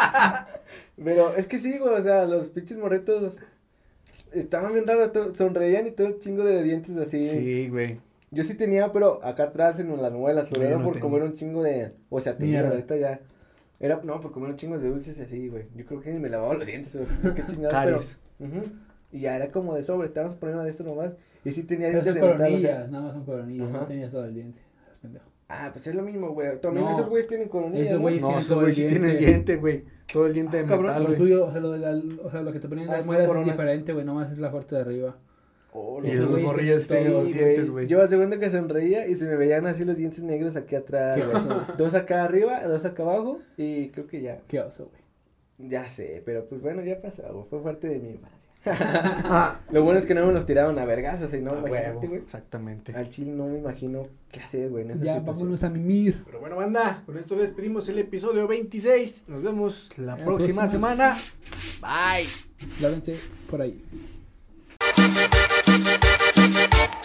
Pero es que sí, güey, o sea, los pinches morritos estaban bien raros, to- sonreían y todo el chingo de dientes así. Sí, güey. Yo sí tenía, pero acá atrás en las muelas, pero No, yo era no por tengo. comer un chingo de, o sea, tenía, Mierda. ahorita ya. Era, no, por comer un chingo de dulces y así, güey. Yo creo que ni me lavaba los dientes, o qué chingados, pero. Caries. Ujú. Y ya era como de sobre, estábamos poniendo de esto nomás. Y sí tenía Pero dientes son de metal, o sea. coronillas, nada más son coronillas, Ajá. no tenías todo el diente. Estás pendejo. Ah, pues es lo mismo, güey. También No. esos güeyes tienen coronillas, Esos ¿no? güeyes No, tienen esos todo güey el sí diente. tienen diente, güey. Todo el diente Ah, de cabrón, metal, Lo güey. tuyo, o sea, lo, de la- o sea, lo que te ponían en Ah, las son muelas es coronas. diferente, güey, nomás es la parte de arriba. Oh, Y los esos güeyes morrillos tienen tienen todo, los Sí, dientes, güey. Yo hace cuenta que sonreía y se me veían así los dientes negros aquí atrás, Qué güey. oso. Dos acá arriba, dos acá abajo y creo que ya. Qué oso, güey. Ya sé, pero pues bueno, ya pasó, güey. Fue parte de mi infancia. Ah, Lo bueno es que no me los tiraron a vergazos, y no, a imagínate, huevo, güey. exactamente. Al chile no me imagino qué hacer, güey, en esa Ya, situación. vámonos a mimir. Pero bueno, banda, con esto despedimos el episodio veintiséis. Nos vemos la La próxima próxima semana. Bye. Lávense por ahí.